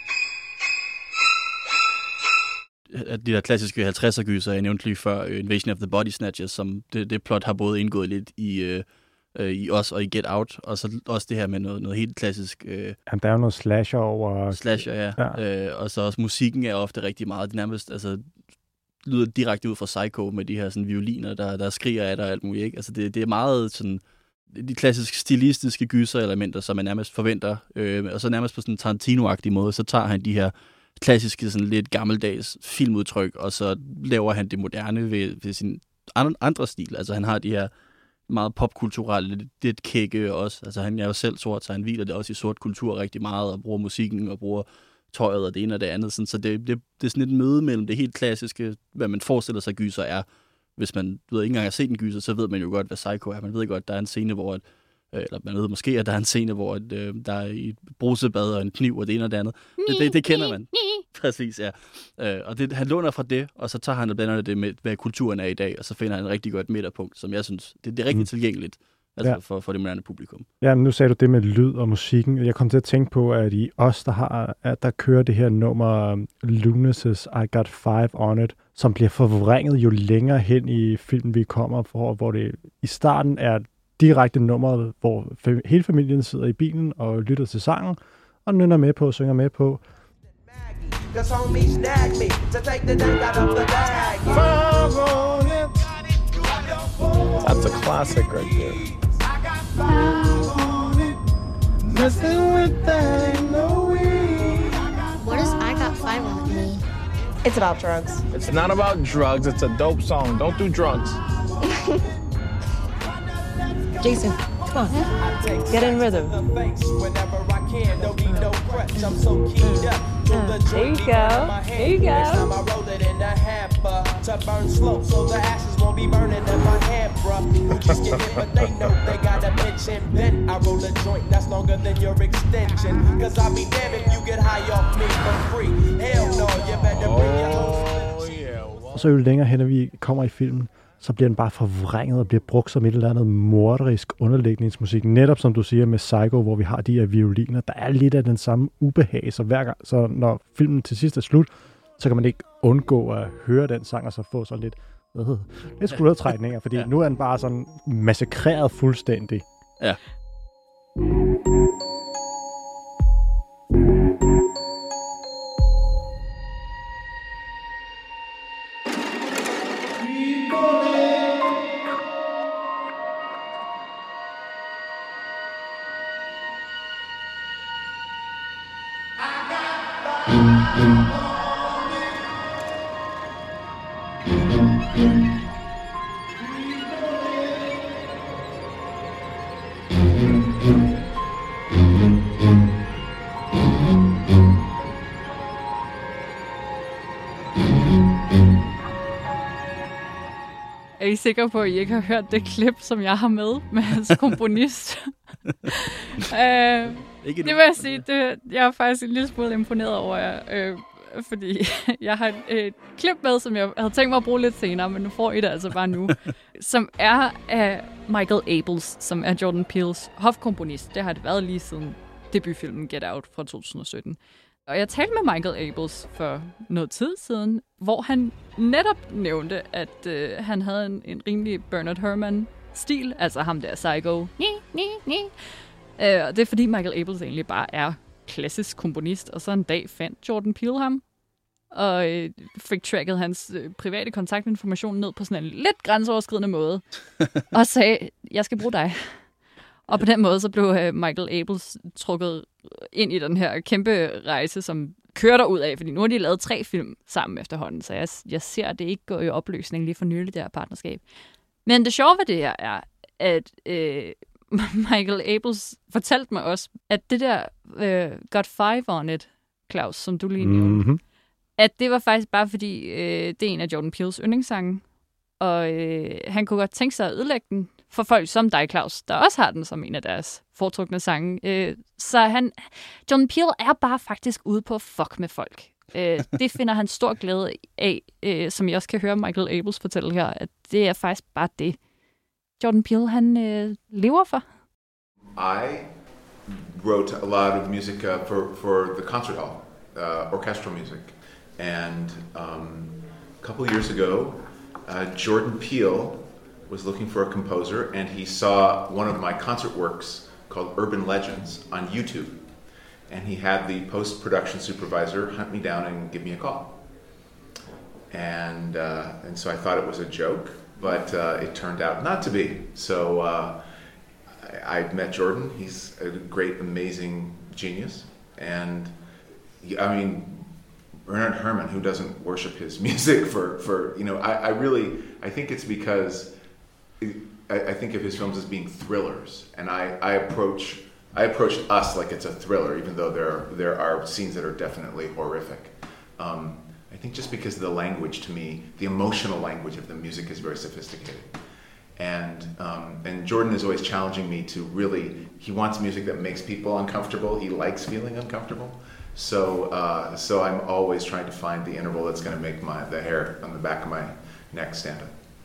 de der klassiske halvtredser-gyser, jeg nævnte lige før, Invasion of the Body Snatchers, som det, det plot har både indgået lidt i, øh, øh, i Us og i Get Out, og så også det her med noget, noget helt klassisk. Øh, Jamen, der er jo noget slasher over... Slasher, ja. ja. Øh, og så også musikken er ofte rigtig meget, det nærmest, altså lyder direkte ud fra Psycho med de her sådan, violiner, der, der skriger af dig og alt muligt, ikke? Altså det, det er meget sådan de klassiske stilistiske gyser-elementer, som man nærmest forventer, øh, og så nærmest på sådan en Tarantino-agtig måde, så tager han de her klassiske, sådan lidt gammeldags filmudtryk, og så laver han det moderne ved, ved sin andre stil. Altså han har de her meget popkulturelle, lidt, lidt kække også. Altså han er jo selv sort, så han hviler det også i sort kultur rigtig meget, og bruger musikken, og bruger tøjet og det ene og det andet. Sådan, så det, det, det er sådan et møde mellem det helt klassiske, hvad man forestiller sig gyser er. Hvis man du ved, ikke engang har set en gyser, så ved man jo godt, hvad Psycho er. Man ved godt, der er en scene, hvor et, eller man ved måske, at der er en scene, hvor et, øh, der er et brusebad og en kniv og det ene og det andet. Det, det, det kender man. Præcis, ja. Øh, og det, han låner fra det, og så tager han og blander det med, hvad kulturen er i dag, og så finder han en rigtig godt midterpunkt, som jeg synes, det, det er rigtig mm. tilgængeligt altså ja. for, for det moderne publikum. Ja, men nu sagde du det med lyd og musikken. Jeg kom til at tænke på, at i os, der har, at der kører det her nummer Lunacy's I Got Five On It, som bliver forvrænget jo længere hen i filmen, vi kommer for, hvor det i starten er direkte nummeret, hvor f- hele familien sidder i bilen og lytter til sangen, og nynner med på, synger med på. That's a classic right there. What does I Got Five on it mean? It's about drugs. It's not about drugs. It's a dope song. Don't do drugs. Jason, come on. Get in rhythm. Mm. Mm. There you go. There you go. Og så jo længere hen, vi kommer i filmen, så bliver den bare forvrænget og bliver brugt som et eller andet morderisk underlægningsmusik. Netop som du siger med Psycho, hvor vi har de her violiner. Der er lidt af den samme ubehag, så hver gang, så når filmen til sidst er slut, så kan man ikke undgå at høre den sang, og så få sådan lidt, øh, lidt skuldertrækninger, fordi ja. Nu er den bare sådan massakreret fuldstændig. Ja. I Er I sikre på, at I ikke har hørt det klip, som jeg har med med hans komponist? øh, det vil jeg sige, det, jeg er faktisk en lille smule imponeret over jer, øh, fordi jeg har et, et klip med, som jeg havde tænkt mig at bruge lidt senere, men nu får I det altså bare nu, som er af Michael Abels, som er Jordan Peeles hofkomponist. Det har det været lige siden debutfilmen Get Out fra to tusind og sytten. Og jeg talte med Michael Abels for noget tid siden, hvor han netop nævnte, at øh, han havde en, en rimelig Bernard Herrmann-stil, altså ham der psycho. Ni, ni, ni. Øh, og det er fordi Michael Abels egentlig bare er klassisk komponist, og så en dag fandt Jordan Peele ham, og øh, fik tracket hans øh, private kontaktinformation ned på sådan en lidt grænseoverskridende måde, og sagde, jeg skal bruge dig. Og på den måde så blev øh, Michael Abels trukket ind i den her kæmpe rejse, som kører der ud af, fordi nu har de lavet tre film sammen efterhånden, så jeg, jeg ser, at det ikke går i opløsning lige for nylig, det her partnerskab. Men det sjove ved det her er, at øh, Michael Abels fortalte mig også, at det der øh, Got Five on It, Claus, som du lige nævnte, mm-hmm. at det var faktisk bare fordi, øh, det er en af Jordan Peeles yndlingssange, og øh, han kunne godt tænke sig at ødelægge den for folk som dig, Claus, der også har den som en af deres foretrukne sange. Øh, så han, Jordan Peele er bare faktisk ude på at fuck med folk. Øh, det finder han stor glæde af, øh, som jeg også kan høre Michael Abels fortælle her, at det er faktisk bare det, Jordan Peele han øh, lever for. I wrote a lot of music uh, for, for the concert hall, uh, orchestral music. And um, a couple years ago, uh, Jordan Peele was looking for a composer, and he saw one of my concert works called Urban Legends on YouTube. And he had the post-production supervisor hunt me down and give me a call. And uh, and so I thought it was a joke, but uh, it turned out not to be. So uh, I, I met Jordan. He's a great, amazing genius. And he, I mean, Bernard Herrmann, who doesn't worship his music for, for you know, I, I really, I think it's because I, I think of his films as being thrillers, and I, I approach I approach Us like it's a thriller, even though there are, there are scenes that are definitely horrific. Um, I think just because the language, to me, the emotional language of the music is very sophisticated, and um, and Jordan is always challenging me to really. He wants music that makes people uncomfortable. He likes feeling uncomfortable, so uh, so I'm always trying to find the interval that's going to make my the hair on the back of my neck stand up.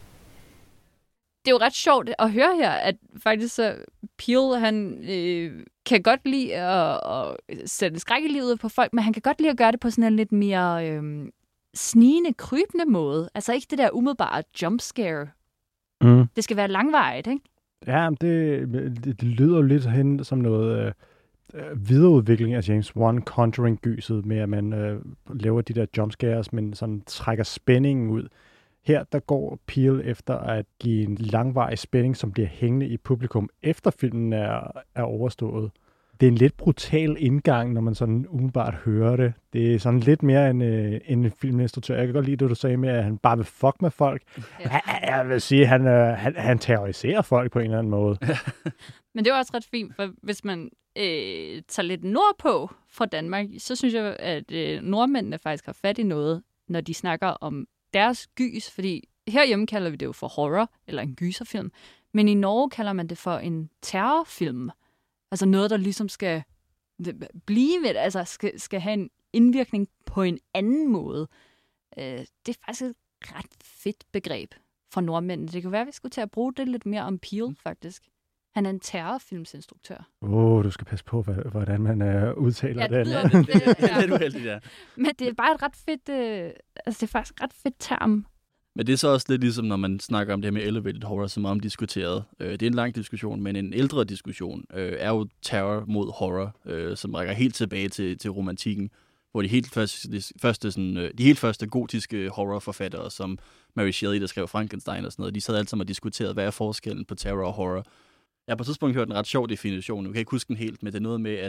Det er jo ret sjovt at høre her, at faktisk så Peele, han øh, kan godt lide at, at sætte skræk i livet på folk, men han kan godt lide at gøre det på sådan en lidt mere øh, snigende, krybende måde. Altså ikke det der umiddelbare jumpscare. Mm. Det skal være langvarigt, ikke? Ja, det, det, det lyder jo lidt hen som noget øh, videreudvikling af James Wan Conjuring-gyset, med at man øh, laver de der jumpscares, men sådan trækker spændingen ud. Her der går Peele efter at give en langvarig spænding, som bliver hængende i publikum, efter filmen er, er overstået. Det er en lidt brutal indgang, når man sådan umiddelbart hører det. Det er sådan lidt mere end, øh, end en filminstruktør. Jeg kan godt lide det, du sagde med, at han bare vil fuck med folk. Ja. Jeg vil sige, at han, øh, han, han terroriserer folk på en eller anden måde. Men det er også ret fint, for hvis man øh, tager lidt nordpå fra Danmark, så synes jeg, at øh, nordmændene faktisk har fat i noget, når de snakker om deres gys, fordi herhjemme kalder vi det jo for horror, eller en gyserfilm, men i Norge kalder man det for en terrorfilm. Altså noget, der ligesom skal blive ved, altså skal, skal have en indvirkning på en anden måde. Øh, det er faktisk et ret fedt begreb for nordmændene. Det kan være, at vi skulle til at bruge det lidt mere om Peele, faktisk. Han er en terrorfilmsinstruktør. Åh, oh, du skal passe på, hvordan man uh, udtaler ja, det. Ja, det, det, det er lidt uheldigt, ja. Men det er bare et ret fedt, øh, altså det er faktisk et ret fedt term. Men det er så også lidt ligesom, når man snakker om det her med elevated horror, som er omdiskuteret. Øh, det er en lang diskussion, men en ældre diskussion øh, er jo terror mod horror, øh, som rækker helt tilbage til, til romantikken, hvor de helt første, de første, sådan, øh, de helt første gotiske horrorforfattere, som Mary Shelley, der skrev Frankenstein og sådan noget, de sad alle sammen og diskuterede, hvad er forskellen på terror og horror. Jeg har på et tidspunkt hørt en ret sjov definition, jeg kan ikke huske den helt, men det er noget med, at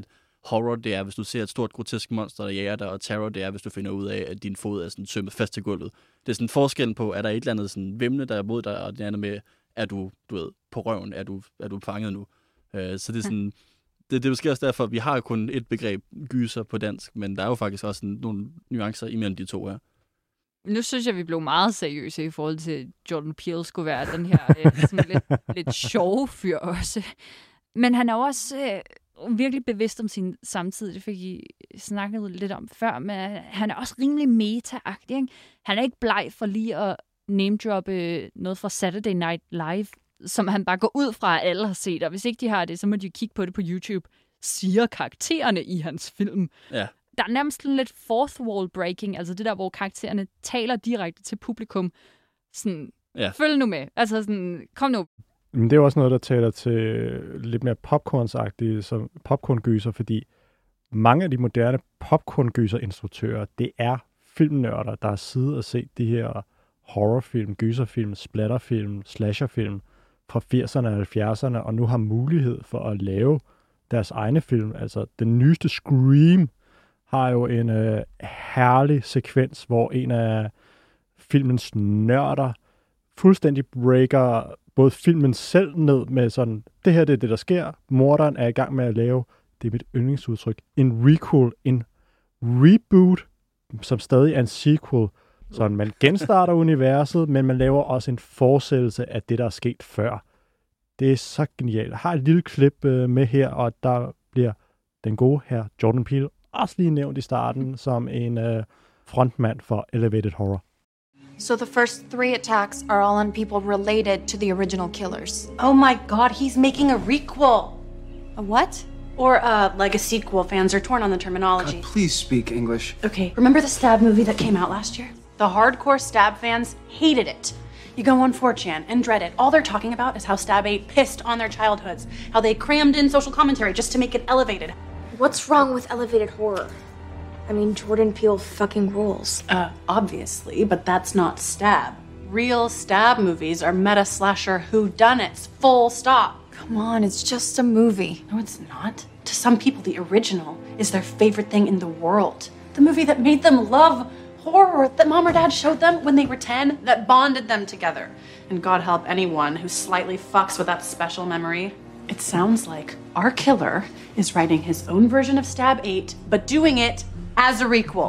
horror, det er, hvis du ser et stort, grotesk monster, der jager dig, og terror, det er, hvis du finder ud af, at din fod er sådan sømmet fast til gulvet. Det er sådan forskellen på, er der et eller andet sådan vemne, der er mod dig, og det andet med, er du, du ved, på røven, er du, er du fanget nu? Uh, så det er sådan, det, det er måske også derfor, at vi har jo kun et begreb gyser på dansk, men der er jo faktisk også sådan nogle nuancer imellem de to her. Nu synes jeg, vi blev meget seriøse i forhold til, at Jordan Peele skulle være den her øh, sådan lidt, lidt sjove fyr også. Men han er også øh, virkelig bevidst om sin samtid. Det fik I snakket lidt om før, men han er også rimelig meta-agtig. Ikke? Han er ikke bleg for lige at name-droppe noget fra Saturday Night Live, som han bare går ud fra, at alle har set. Og hvis ikke de har det, så må de kigge på det på YouTube. Siger karaktererne i hans film. Ja. Der er nærmest lidt fourth wall breaking, altså det der, hvor karaktererne taler direkte til publikum. Sådan, ja. Følg nu med. Altså sådan, kom nu. Men det er jo også noget, der taler til lidt mere popcornsagtige, som popcorngyser, fordi mange af de moderne popcorngyser-instruktører, det er filmnørder, der har siddet og set de her horrorfilm, gyserfilm, splatterfilm, slasherfilm fra firserne og halvfjerdserne, og nu har mulighed for at lave deres egne film. Altså, den nyeste Scream har jo en øh, herlig sekvens, hvor en af filmens nørder fuldstændig breaker både filmen selv ned med sådan, det her det er det, der sker. Morderen er i gang med at lave, det er mit yndlingsudtryk, en requel, en reboot, som stadig er en sequel. Så man genstarter universet, men man laver også en fortsættelse af det, der er sket før. Det er så genialt. Jeg har et lille klip øh, med her, og der bliver den gode her Jordan Peele også lige nævnt i starten som en øh, frontmand for Elevated Horror. So the first three attacks are all on people related to the original killers. Oh my god, he's making a requel. A what? Or uh, like a sequel. Fans are torn on the terminology. God, please speak English. Okay, remember the Stab movie that came out last year? The hardcore Stab fans hated it. You go on four chan and Reddit. All they're talking about is how Stab eight pissed on their childhoods. How they crammed in social commentary just to make it elevated. What's wrong with elevated horror? I mean, Jordan Peele fucking rules. Uh, obviously, but that's not Stab. Real Stab movies are meta-slasher whodunits, full stop. Come on, it's just a movie. No, it's not. To some people, the original is their favorite thing in the world. The movie that made them love horror, that mom or dad showed them when they were ten, that bonded them together. And God help anyone who slightly fucks with that special memory. It sounds like our killer is writing his own version of Stab eight, but doing it as a requel.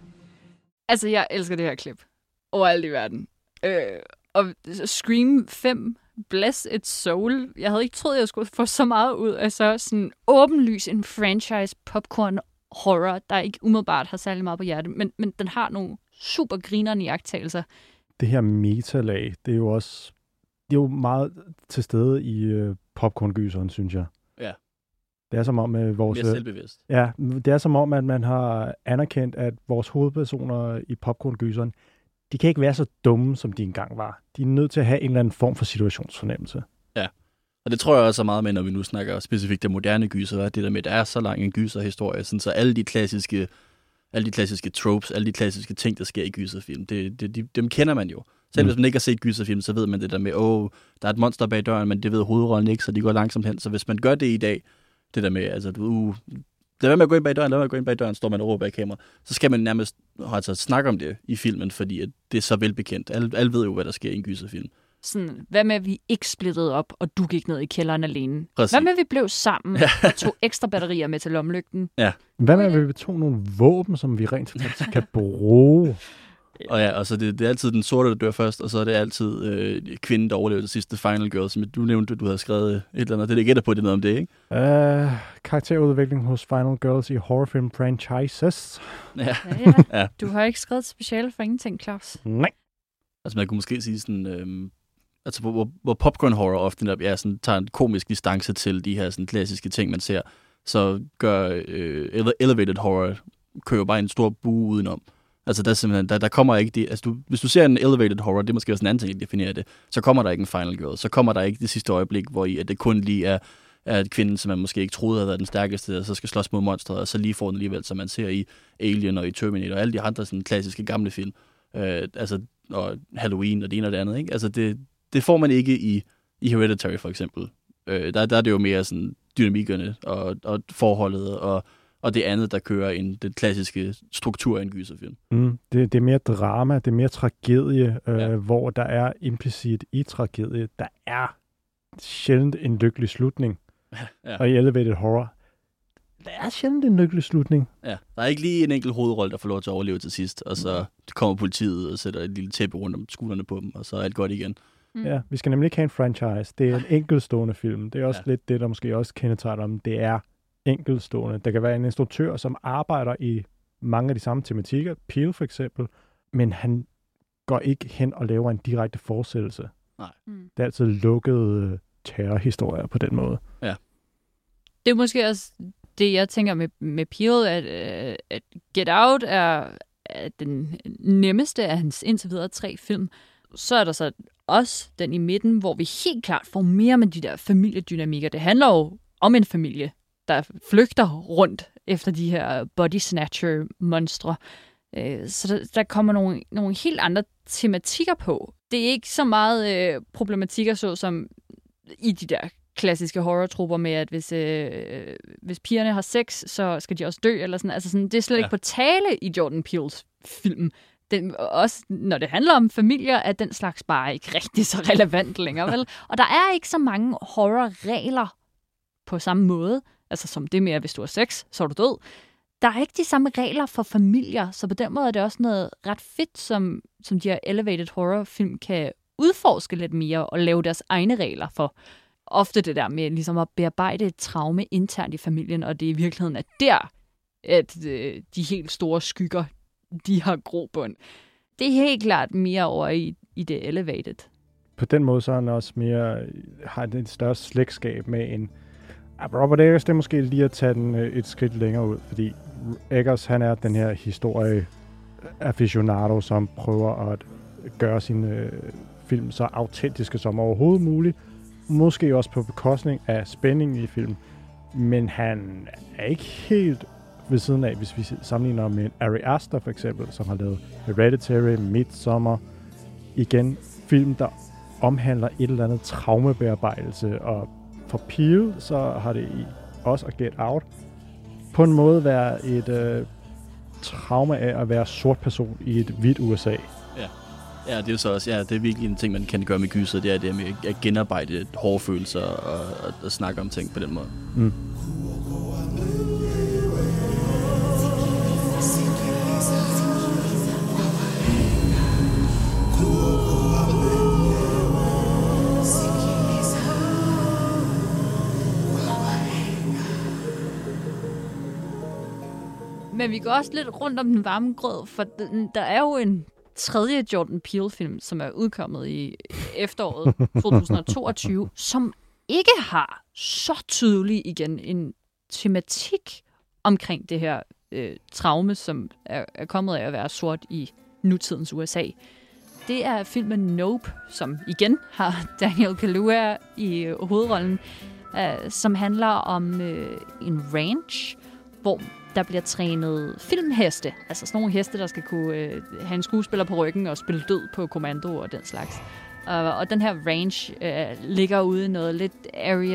Altså, jeg elsker det her klip. Overalt i verden. Øh, og Scream fem, Bless Its Soul. Jeg havde ikke troet, jeg skulle få så meget ud af så sådan åbenlys en franchise popcorn horror, der ikke umiddelbart har særlig meget på hjertet, men, men den har nogle super grinerende iagttagelser. Det her metalag, det er jo også det er jo meget til stede i øh, popcorngyseren, synes jeg. Ja. Det er som om, at vores... Mere selvbevidst. Ja, det er som om, at man har anerkendt, at vores hovedpersoner i popcorngyseren, de kan ikke være så dumme, som de engang var. De er nødt til at have en eller anden form for situationsfornemmelse. Ja, og det tror jeg også er meget med, når vi nu snakker specifikt det moderne gyser, at det der med, at der er så lang en gyserhistorie, sådan så alle de klassiske, alle de klassiske tropes, alle de klassiske ting, der sker i gyserfilm, det, det, de, dem kender man jo. Selv mm. hvis man ikke har set gyserfilm, så ved man det der med, åh, oh, der er et monster bag døren, men det ved hovedrollen ikke, så de går langsomt hen. Så hvis man gør det i dag, det der med, altså, du, uh, lad være med at gå ind bag døren, lad være med at gå ind bag døren, står man og råber bag kamera, så skal man nærmest altså, snakke om det i filmen, fordi at det er så velbekendt. Alle, alle ved jo, hvad der sker i en gyserfilm. Sådan, hvad med, at vi ikke splittede op, og du gik ned i kælderen alene? Præcis. Hvad med, at vi blev sammen og tog ekstra batterier med til lomlygten? Ja. Hvad med, at vi tog nogle våben, som vi rent faktisk kan bruge? Og ja, og så det, det er altid den sorte, der dør først, og så er det altid øh, kvinden, der overlever det sidste Final Girl, som du nævnte, du havde skrevet et eller andet. Det er det, gætter på, det noget om det, ikke? Uh, karakterudvikling hos Final Girls i horrorfilm franchises. Ja. Ja, ja. Ja. Du har ikke skrevet speciale for ingenting, Claus. Nej. Altså man kunne måske sige sådan, øhm, altså hvor, hvor, hvor popcorn horror ofte ja, sådan, tager en komisk distance til de her sådan, klassiske ting, man ser, så gør øh, elevated horror, kører bare en stor bue udenom. Altså, der, simpelthen, der, der kommer ikke det. Altså, du, hvis du ser en elevated horror, det er måske også en anden ting, der definerer det, så kommer der ikke en Final Girl. Så kommer der ikke det sidste øjeblik, hvor i, at det kun lige er, er et kvinde, som man måske ikke troede havde været den stærkeste, og så skal slås mod monstret, og så lige får den alligevel, som man ser i Alien og i Terminator, og alle de andre sådan, klassiske gamle film. Øh, altså, og Halloween og det ene og det andet. Ikke? Altså, det, det får man ikke i, i Hereditary, for eksempel. Øh, der, der er det jo mere sådan dynamikkerne og, og forholdet og og det andet, der kører en, den klassiske struktur af en gyserfilm. Mm, det, det er mere drama, det er mere tragedie, øh, ja. hvor der er implicit i tragedie. Der er sjældent en lykkelig slutning. Ja. Og i Elevated Horror, der er sjældent en lykkelig slutning. Ja, der er ikke lige en enkelt hovedrolle, der får lov til at overleve til sidst, og så kommer politiet og sætter et lille tæppe rundt om skuldrene på dem, og så er alt godt igen. Mm. Ja, vi skal nemlig ikke have en franchise. Det er en enkeltstående film. Det er også ja. lidt det, der måske også kendetegner om. Det er enkeltstående. Der kan være en instruktør, som arbejder i mange af de samme tematikker, Peele for eksempel, men han går ikke hen og laver en direkte fortsættelse. Nej. Mm. Det er altid lukkede terrorhistorier på den måde. Ja. Det er måske også det, jeg tænker med, med Peele, at, at Get Out er, er den nemmeste af hans indtil videre tre film. Så er der så også den i midten, hvor vi helt klart får mere med de der familiedynamikker. Det handler jo om en familie, der flygter rundt efter de her body snatcher-monstre. Så der, der kommer nogle, nogle helt andre tematikker på. Det er ikke så meget øh, problematikker, så som i de der klassiske horror-trupper med, at hvis, øh, hvis pigerne har sex, så skal de også dø, eller sådan. Altså sådan, det er slet ja. ikke på tale i Jordan Peeles film. Den, også når det handler om familier, er den slags bare ikke rigtig så relevant længere, vel? Og der er ikke så mange horrorregler på samme måde, altså som det med, at hvis du har sex, så er du død. Der er ikke de samme regler for familier, så på den måde er det også noget ret fedt, som, som de her elevated horror-film kan udforske lidt mere og lave deres egne regler for. Ofte det der med ligesom at bearbejde et traume internt i familien, og det i virkeligheden er der, at øh, de helt store skygger, de har grobund. Det er helt klart mere over i, i det elevated. På den måde så er han også mere, har et større slægtskab med en... Robert Eggers, det er måske lige at tage den et skridt længere ud, fordi Eggers, han er den her historie aficionado, som prøver at gøre sine øh, film så autentiske som overhovedet muligt. Måske også på bekostning af spændingen i film. Men han er ikke helt ved siden af, hvis vi sammenligner med Ari Aster for eksempel, som har lavet Hereditary, Midsommar. Igen, film, der omhandler et eller andet traumebearbejdelse. Og for Peele, så har det i også at Get Out på en måde være et øh, traume af at være sort person i et hvidt U S A. Ja. Ja, det er jo så også, ja, det er virkelig en ting, man kan gøre med gyser, det er det med at genarbejde hårde følelser og, og, og snakke om ting på den måde. Mm. Men vi går også lidt rundt om den varme grød, for den, der er jo en tredje Jordan Peele-film, som er udkommet i efteråret to tusind toogtyve, som ikke har så tydelig igen en tematik omkring det her øh, traume, som er, er kommet af at være sort i nutidens U S A. Det er filmen Nope, som igen har Daniel Kaluuya i øh, hovedrollen, øh, som handler om øh, en ranch, hvor der bliver trænet filmheste, altså sådan nogle heste, der skal kunne øh, have en skuespiller på ryggen og spille død på kommando og den slags. Uh, og den her range øh, ligger ude i noget lidt Area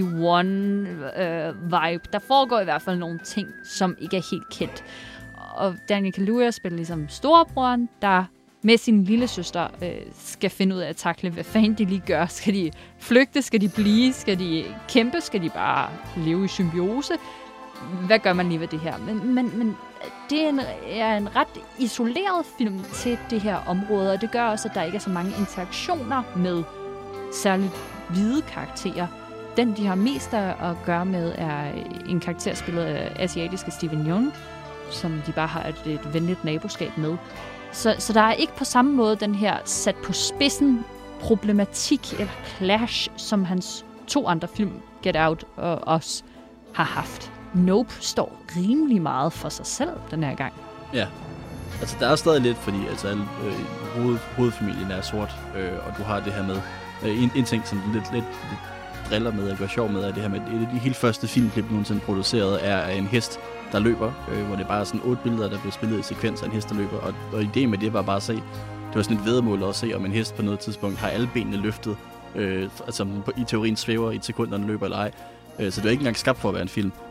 femoghalvfems-vibe. Øh, der foregår i hvert fald nogle ting, som ikke er helt kendt. Og Daniel Kaluuya spiller ligesom storebroren, der med sin lille søster øh, skal finde ud af at takle, hvad fanden de lige gør. Skal de flygte? Skal de blive? Skal de kæmpe? Skal de bare leve i symbiose? Hvad gør man lige ved det her? Men, men, men det er en, er en ret isoleret film til det her område, og det gør også, at der ikke er så mange interaktioner med særligt hvide karakterer. Den, de har mest at gøre med, er en karakter spillet af asiatiske Steven Yeun, som de bare har et, et venligt naboskab med. Så, så der er ikke på samme måde den her sat på spidsen problematik eller clash, som hans to andre film, Get Out og Us, har haft. Nope står rimelig meget for sig selv den her gang. Ja, altså der er stadig lidt, fordi altså, alle, øh, hoved, hovedfamilien er sort, øh, og du har det her med, øh, en, en ting, som lidt, lidt, lidt driller med, og gør sjov med, er det her med, et af de helt første filmklip, nogensinde produceret, er en hest, der løber, øh, hvor det er bare sådan otte billeder, der bliver spillet i sekvens af en hest, der løber, og, og ideen med det var bare at se, det var sådan et væddemål at se, om en hest på noget tidspunkt har alle benene løftet, øh, altså i teorien svæver i et sekund, når den løber eller ej. Så det er ikke engang skabt for at være en film.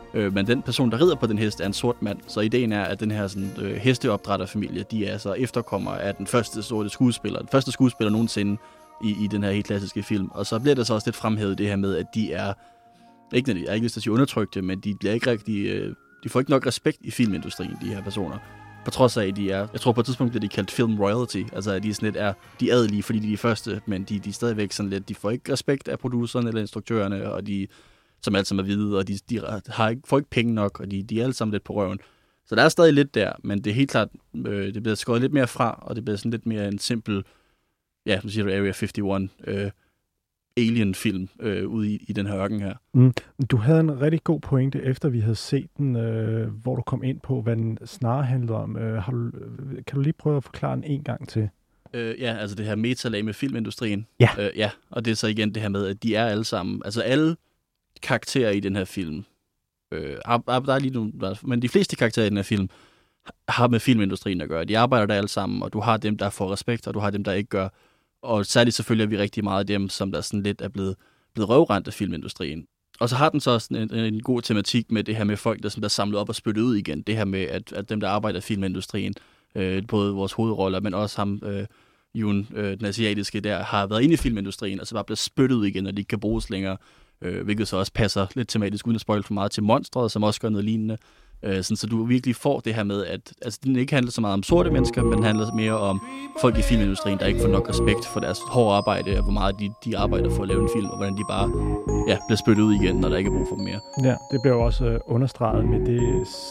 Øh, men den person, der rider på den hest, er en sort mand. Så ideen er, at den her sådan, øh, hesteopdrætterfamilie, de er så efterkommer af den første sorte skuespiller. Den første skuespiller nogensinde i, i den her helt klassiske film. Og så bliver der så også lidt fremhævet det her med, at de er, ikke, jeg er ikke lyst til at sige undertrykte, men de bliver ikke rigtig, øh, de får ikke nok respekt i filmindustrien, de her personer. På trods af, at de er, jeg tror på et tidspunkt bliver de kaldt film royalty, altså at de sådan lidt er, de er adelige, fordi de er de første, men de, de er stadigvæk sådan lidt, de får ikke respekt af producerne eller instruktørerne, og de, som alt sammen er hvide, og de, de har ikke, får ikke penge nok, og de, de er alle sammen lidt på røven. Så der er stadig lidt der, men det er helt klart, øh, det bliver skåret lidt mere fra, og det bliver sådan lidt mere en simpel, ja, nu siger du Area femoghalvfems, øh, alien-film øh, ude i, i den her ørken her. Mm. Du havde en rigtig god pointe, efter vi havde set den, øh, hvor du kom ind på, hvad den snarere handlede om. Øh, har du, øh, kan du lige prøve at forklare den en gang til? Øh, ja, altså det her metalag med filmindustrien. Ja. Øh, ja, og det er så igen det her med, at de er alle sammen, altså alle karakterer i den her film, øh, der er lige nogle, men de fleste karakterer i den her film har med filmindustrien at gøre. De arbejder der alle sammen, og du har dem, der får respekt, og du har dem, der ikke gør. Og særligt selvfølgelig er vi rigtig meget af dem, som der sådan lidt er blevet, blevet røvrendt af filmindustrien. Og så har den så også en, en god tematik med det her med folk, der, som der er samlet op og spyttet ud igen. Det her med, at, at dem, der arbejder i filmindustrien, øh, både vores hovedroller, men også ham, øh, Jun, øh, den asiatiske der, har været inde i filmindustrien, og så bare blevet spyttet ud igen, og de ikke kan bruges længere. Øh, hvilket så også passer lidt tematisk, uden at spoil for meget, til monstret, som også gør noget lignende. Øh, sådan, så du virkelig får det her med, at altså, den ikke handler så meget om sorte mennesker, men den handler mere om folk i filmindustrien, der ikke får nok respekt for deres hårde arbejde, og hvor meget de, de arbejder for at lave en film, og hvordan de bare ja, bliver spyttet ud igen, når der ikke er brug for dem mere. Ja, det bliver jo også øh, understreget med det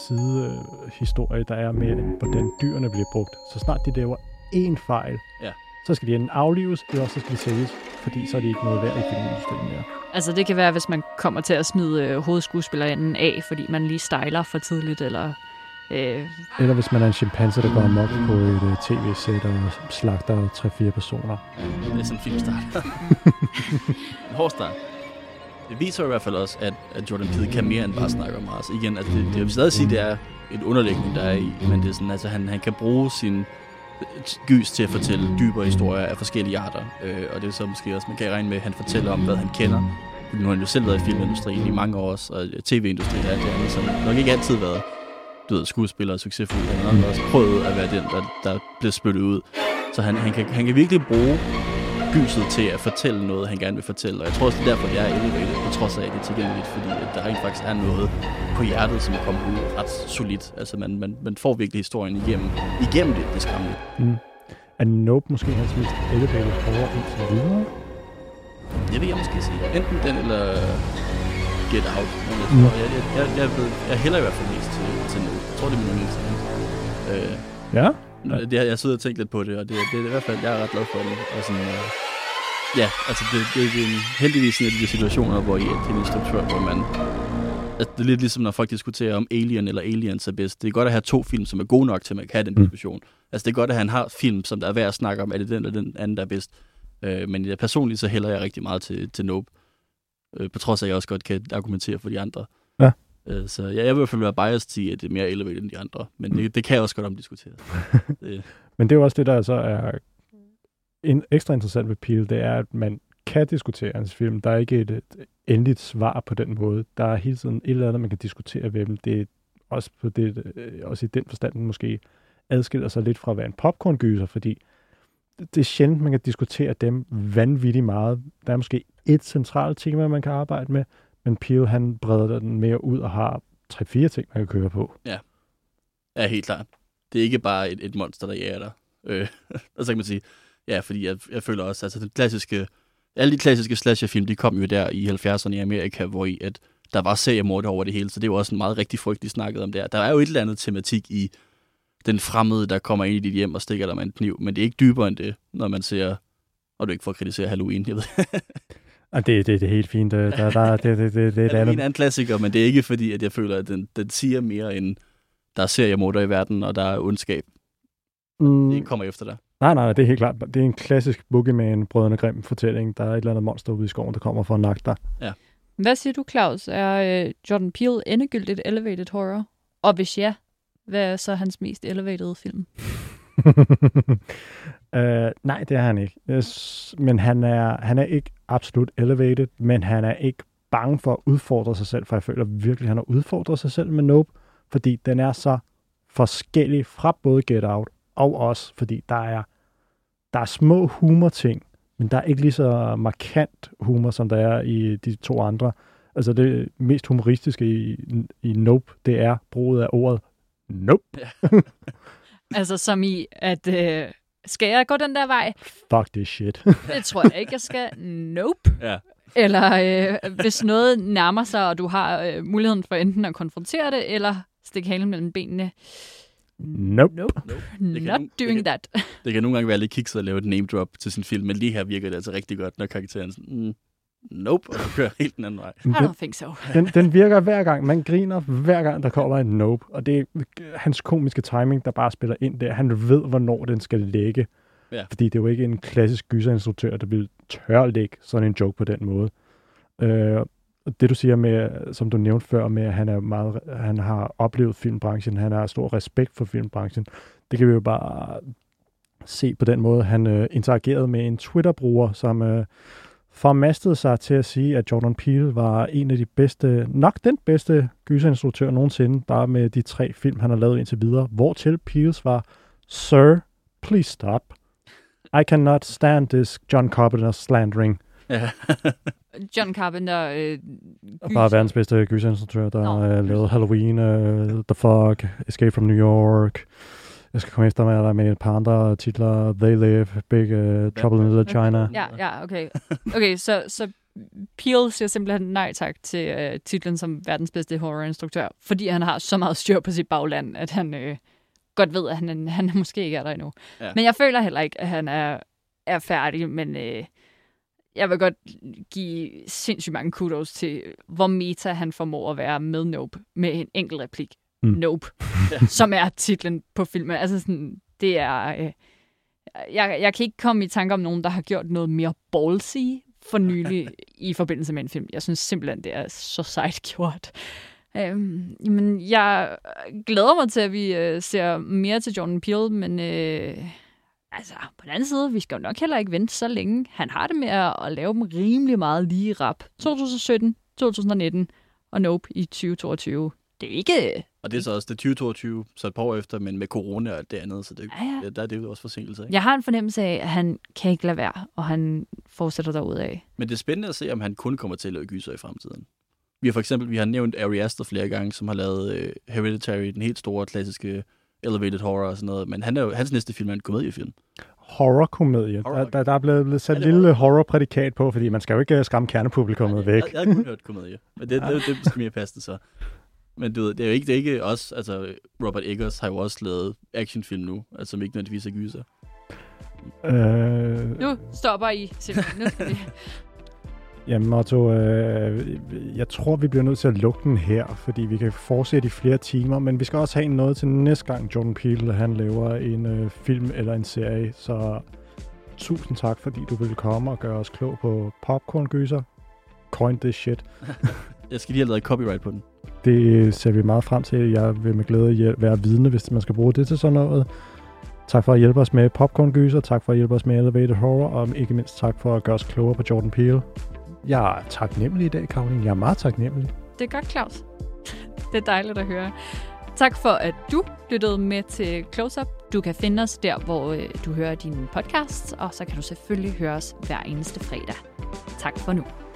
sidehistorie, der er med, hvordan dyrene bliver brugt. Så snart de laver én fejl, ja. så skal de enten aflives, eller også skal de sælges, fordi så er de ikke noget værd i filmindustrien mere. Altså det kan være, hvis man kommer til at smide øh, hovedskuespilleren af, fordi man lige stejler for tidligt, eller... Øh... Eller hvis man er en chimpanse, der går amok på et uh, tv-sæt og slagter tre-fire personer. Ja, det er sådan en filmstart. En hård start. Det viser i hvert fald også, at, at Jordan Peele kan mere end bare snakke om Mars. Igen, at det, det vil stadig sige, at det er et underlægning, der er i, men det er sådan, altså han, han kan bruge sin gys til at fortælle dybere historier af forskellige arter. Øh, og det er så måske også, man kan regne med, at han fortæller om, hvad han kender. Nu har han jo selv været i filmindustrien i mange år også, og tv-industrien er det andet, så han har nok ikke altid været du ved, skuespiller og succesfuld. Han har også prøvet at være den, der, der bliver spyttet ud. Så han, han, kan, han kan virkelig bruge gyset til at fortælle noget, han gerne vil fortælle. Og jeg tror også, det er derfor, det er elevated, på trods af, at det er tilgængeligt, fordi at der rent faktisk er noget på hjertet, som kommer ud ret solidt. Altså, man, man, man får virkelig historien igennem, igennem det, det skræmmende. Mm. Er Nope måske hans mest elevated horror indtil videre? Det vil jeg måske sige. Enten den, eller Get Out. Men jeg, tror, mm. jeg, jeg, jeg, jeg, ved, jeg hælder i hvert fald mest til, til Nope. Jeg tror, det er min yndlingsscene. Øh, ja? Det, jeg, jeg sidder og tænker lidt på det, og det, det, det er i hvert fald, jeg er ret glad for det. Og sådan, øh, ja, altså det, det, det er heldigvis en af de situationer, hvor I er en instruktør, hvor man... Altså, det er lidt ligesom, når folk diskuterer om Alien eller Aliens er bedst. Det er godt at have to film, som er gode nok til, at man kan have den diskussion. Mm. Altså det er godt, at han har film, som der er værd at snakke om, er det den eller den anden, der er bedst. Øh, men jeg, personligt så hælder jeg rigtig meget til, til Nope. Øh, på trods af, at jeg også godt kan argumentere for de andre. Ja. Øh, så jeg, jeg vil i hvert fald være biased til, at det er mere elevated end de andre. Men det, det kan jeg også godt omdiskutere. det. Men det er jo også det, der så er en ekstra interessant ved Peele, det er, at man kan diskutere hans film. Der er ikke et, et endeligt svar på den måde. Der er hele tiden et eller andet, man kan diskutere ved dem. Det er også, på det, også i den forstand måske adskiller sig lidt fra at være en popcorn-gyser, fordi det er sjældent, man kan diskutere dem vanvittigt meget. Der er måske et centralt tema, man kan arbejde med, men Peele, han breder den mere ud og har tre-fire ting, man kan køre på. Ja, ja helt klart. Det er ikke bare et, et monster, der jager dig. Øh, og så kan man sige, ja, fordi jeg, jeg føler også, altså den klassiske, alle de klassiske slasherfilm, de kom jo der i halvfjerdserne i Amerika, hvor i, at der var seriemorder over det hele, så det er jo også en meget rigtig frygt, de snakkede om der. Der er jo et eller andet tematik i den fremmede, der kommer ind i dit hjem og stikker dig med en kniv, men det er ikke dybere end det, når man ser, og du ikke får kritisere Halloween, jeg ved. Og det, det, det er helt fint. Der, der, det, det, det, det, det er en anden klassiker, men det er ikke fordi, at jeg føler, at den, den siger mere end, der er seriemorder i verden, og der er ondskab. Mm. Det kommer efter dig. Nej, nej, det er helt klart. Det er en klassisk Boogeyman, Brødrene Grimm fortælling. Der er et eller andet monster ude i skoven, der kommer for at nakke dig. Ja. Hvad siger du, Claus? Er uh, Jordan Peele endegyldigt elevated horror? Og hvis ja, hvad er så hans mest elevated film? uh, nej, det er han ikke. Yes, men han er, han er ikke absolut elevated, men han er ikke bange for at udfordre sig selv, for jeg føler virkelig, at han har udfordret sig selv med Nope, fordi den er så forskellig fra både Get Out og os, fordi der er, der er små humorting, men der er ikke lige så markant humor, som der er i de to andre. Altså det mest humoristiske i, i Nope, det er bruget af ordet Nope. Ja. Altså som i, at øh, skal jeg gå den der vej? Fuck this shit. Det tror jeg ikke, jeg skal. Nope. Ja. Eller øh, hvis noget nærmer sig, og du har øh, muligheden for enten at konfrontere det, eller stikke halen mellem benene. Nope. Nope. nope. Not nogle, doing det that. Kan, det kan nogle gange være lidt kikset at lave et name drop til sin film, men lige her virker det altså rigtig godt, når karakteren sådan, mm, nope, og der kører helt den anden vej. I don't think so. den, den virker hver gang. Man griner hver gang, der kommer en Nope. Og det er hans komiske timing, der bare spiller ind der. Han ved, hvornår den skal ligge. Ja. Fordi det er jo ikke en klassisk gyserinstruktør, der vil tør lægge sådan en joke på den måde. Øh, det du siger med, som du nævnte før, med at han, er meget, han har oplevet filmbranchen, han har stor respekt for filmbranchen, det kan vi jo bare se på den måde. Han øh, interagerede med en Twitter-bruger, som øh, formastede sig til at sige, at Jordan Peele var en af de bedste, nok den bedste gyserinstruktør nogensinde, bare med de tre film, han har lavet indtil videre. Hvortil Peele var, Sir, please stop. I cannot stand this John Carpenter slandering. Ja. John Carpenter... Øh, bare verdens bedste gyserinstruktør, der har no. lavet Halloween, uh, The Fog, Escape from New York. Jeg skal komme efter mig der med et par andre titler. They Live, Big uh, Trouble in Little China. Ja, ja, okay. Okay, så, så Peele siger simpelthen nej tak til uh, titlen som verdens bedste horrorinstruktør, fordi han har så meget styr på sit bagland, at han øh, godt ved, at han, han måske ikke er der endnu. Ja. Men jeg føler heller ikke, at han er, er færdig, men... Øh, jeg vil godt give sindssygt mange kudos til, hvor meta han formår at være med Nope, med en enkelt replik. Mm. Nope, som er titlen på filmen. Altså sådan, det er... Øh, jeg, jeg kan ikke komme i tanke om nogen, der har gjort noget mere ballsy for nylig i forbindelse med en film. Jeg synes simpelthen, det er så sejt gjort. Øhm, men jeg glæder mig til, at vi øh, ser mere til Jordan Peele, men... Øh, Altså, på den anden side, vi skal jo nok heller ikke vente så længe. Han har det med at, at lave dem rimelig meget lige rap. to tusind sytten, to tusind nitten og Nope i tyve toogtyve. Det er ikke... Og det er så også det tyve toogtyve, så et par år efter, men med corona og alt det andet, så det, ja, ja. der er det jo også forsinkelse. Ikke? Jeg har en fornemmelse af, at han kan ikke lade være, og han fortsætter derudad. Men det er spændende at se, om han kun kommer til at lave gyser i fremtiden. Vi har for eksempel, vi har nævnt Ari Aster flere gange, som har lavet uh, Hereditary, den helt store, klassiske elevated horror og sådan noget, men han er jo, hans næste film er en komediefilm. Horror-komedie. Horror. Der, der er blevet, blevet sat et lille horror-prædikat på, fordi man skal jo ikke skræmme kernepublikummet væk. Jeg, jeg har kun hørt komedie, men det, det, det, det skal mere passe så. Men du ved, det er jo ikke, det er ikke os, altså Robert Eggers har jo også lavet actionfilm nu, altså som ikke nødvendigvis er gyser. Øh... Nu stopper I simpelthen. Nu skal vi... Jamen Otto, øh, jeg tror, vi bliver nødt til at lukke den her, fordi vi kan fortsætte i flere timer, men vi skal også have noget til næste gang Jordan Peele, han laver en øh, film eller en serie, så tusind tak, fordi du ville komme og gøre os klog på popcorn-gyser. Coin this shit. Jeg skal lige have lavet copyright på den. Det ser vi meget frem til. Jeg vil med glæde være vidne, hvis man skal bruge det til sådan noget. Tak for at hjælpe os med popcorn-gyser, tak for at hjælpe os med elevated horror, og ikke mindst tak for at gøre os klogere på Jordan Peele. Jeg er taknemmelig i dag, Karoline. Jeg er meget taknemmelig. Det er godt, Claus. Det er dejligt at høre. Tak for, at du lyttede med til Close Up. Du kan finde os der, hvor øh, du hører dine podcasts, og så kan du selvfølgelig høre os hver eneste fredag. Tak for nu.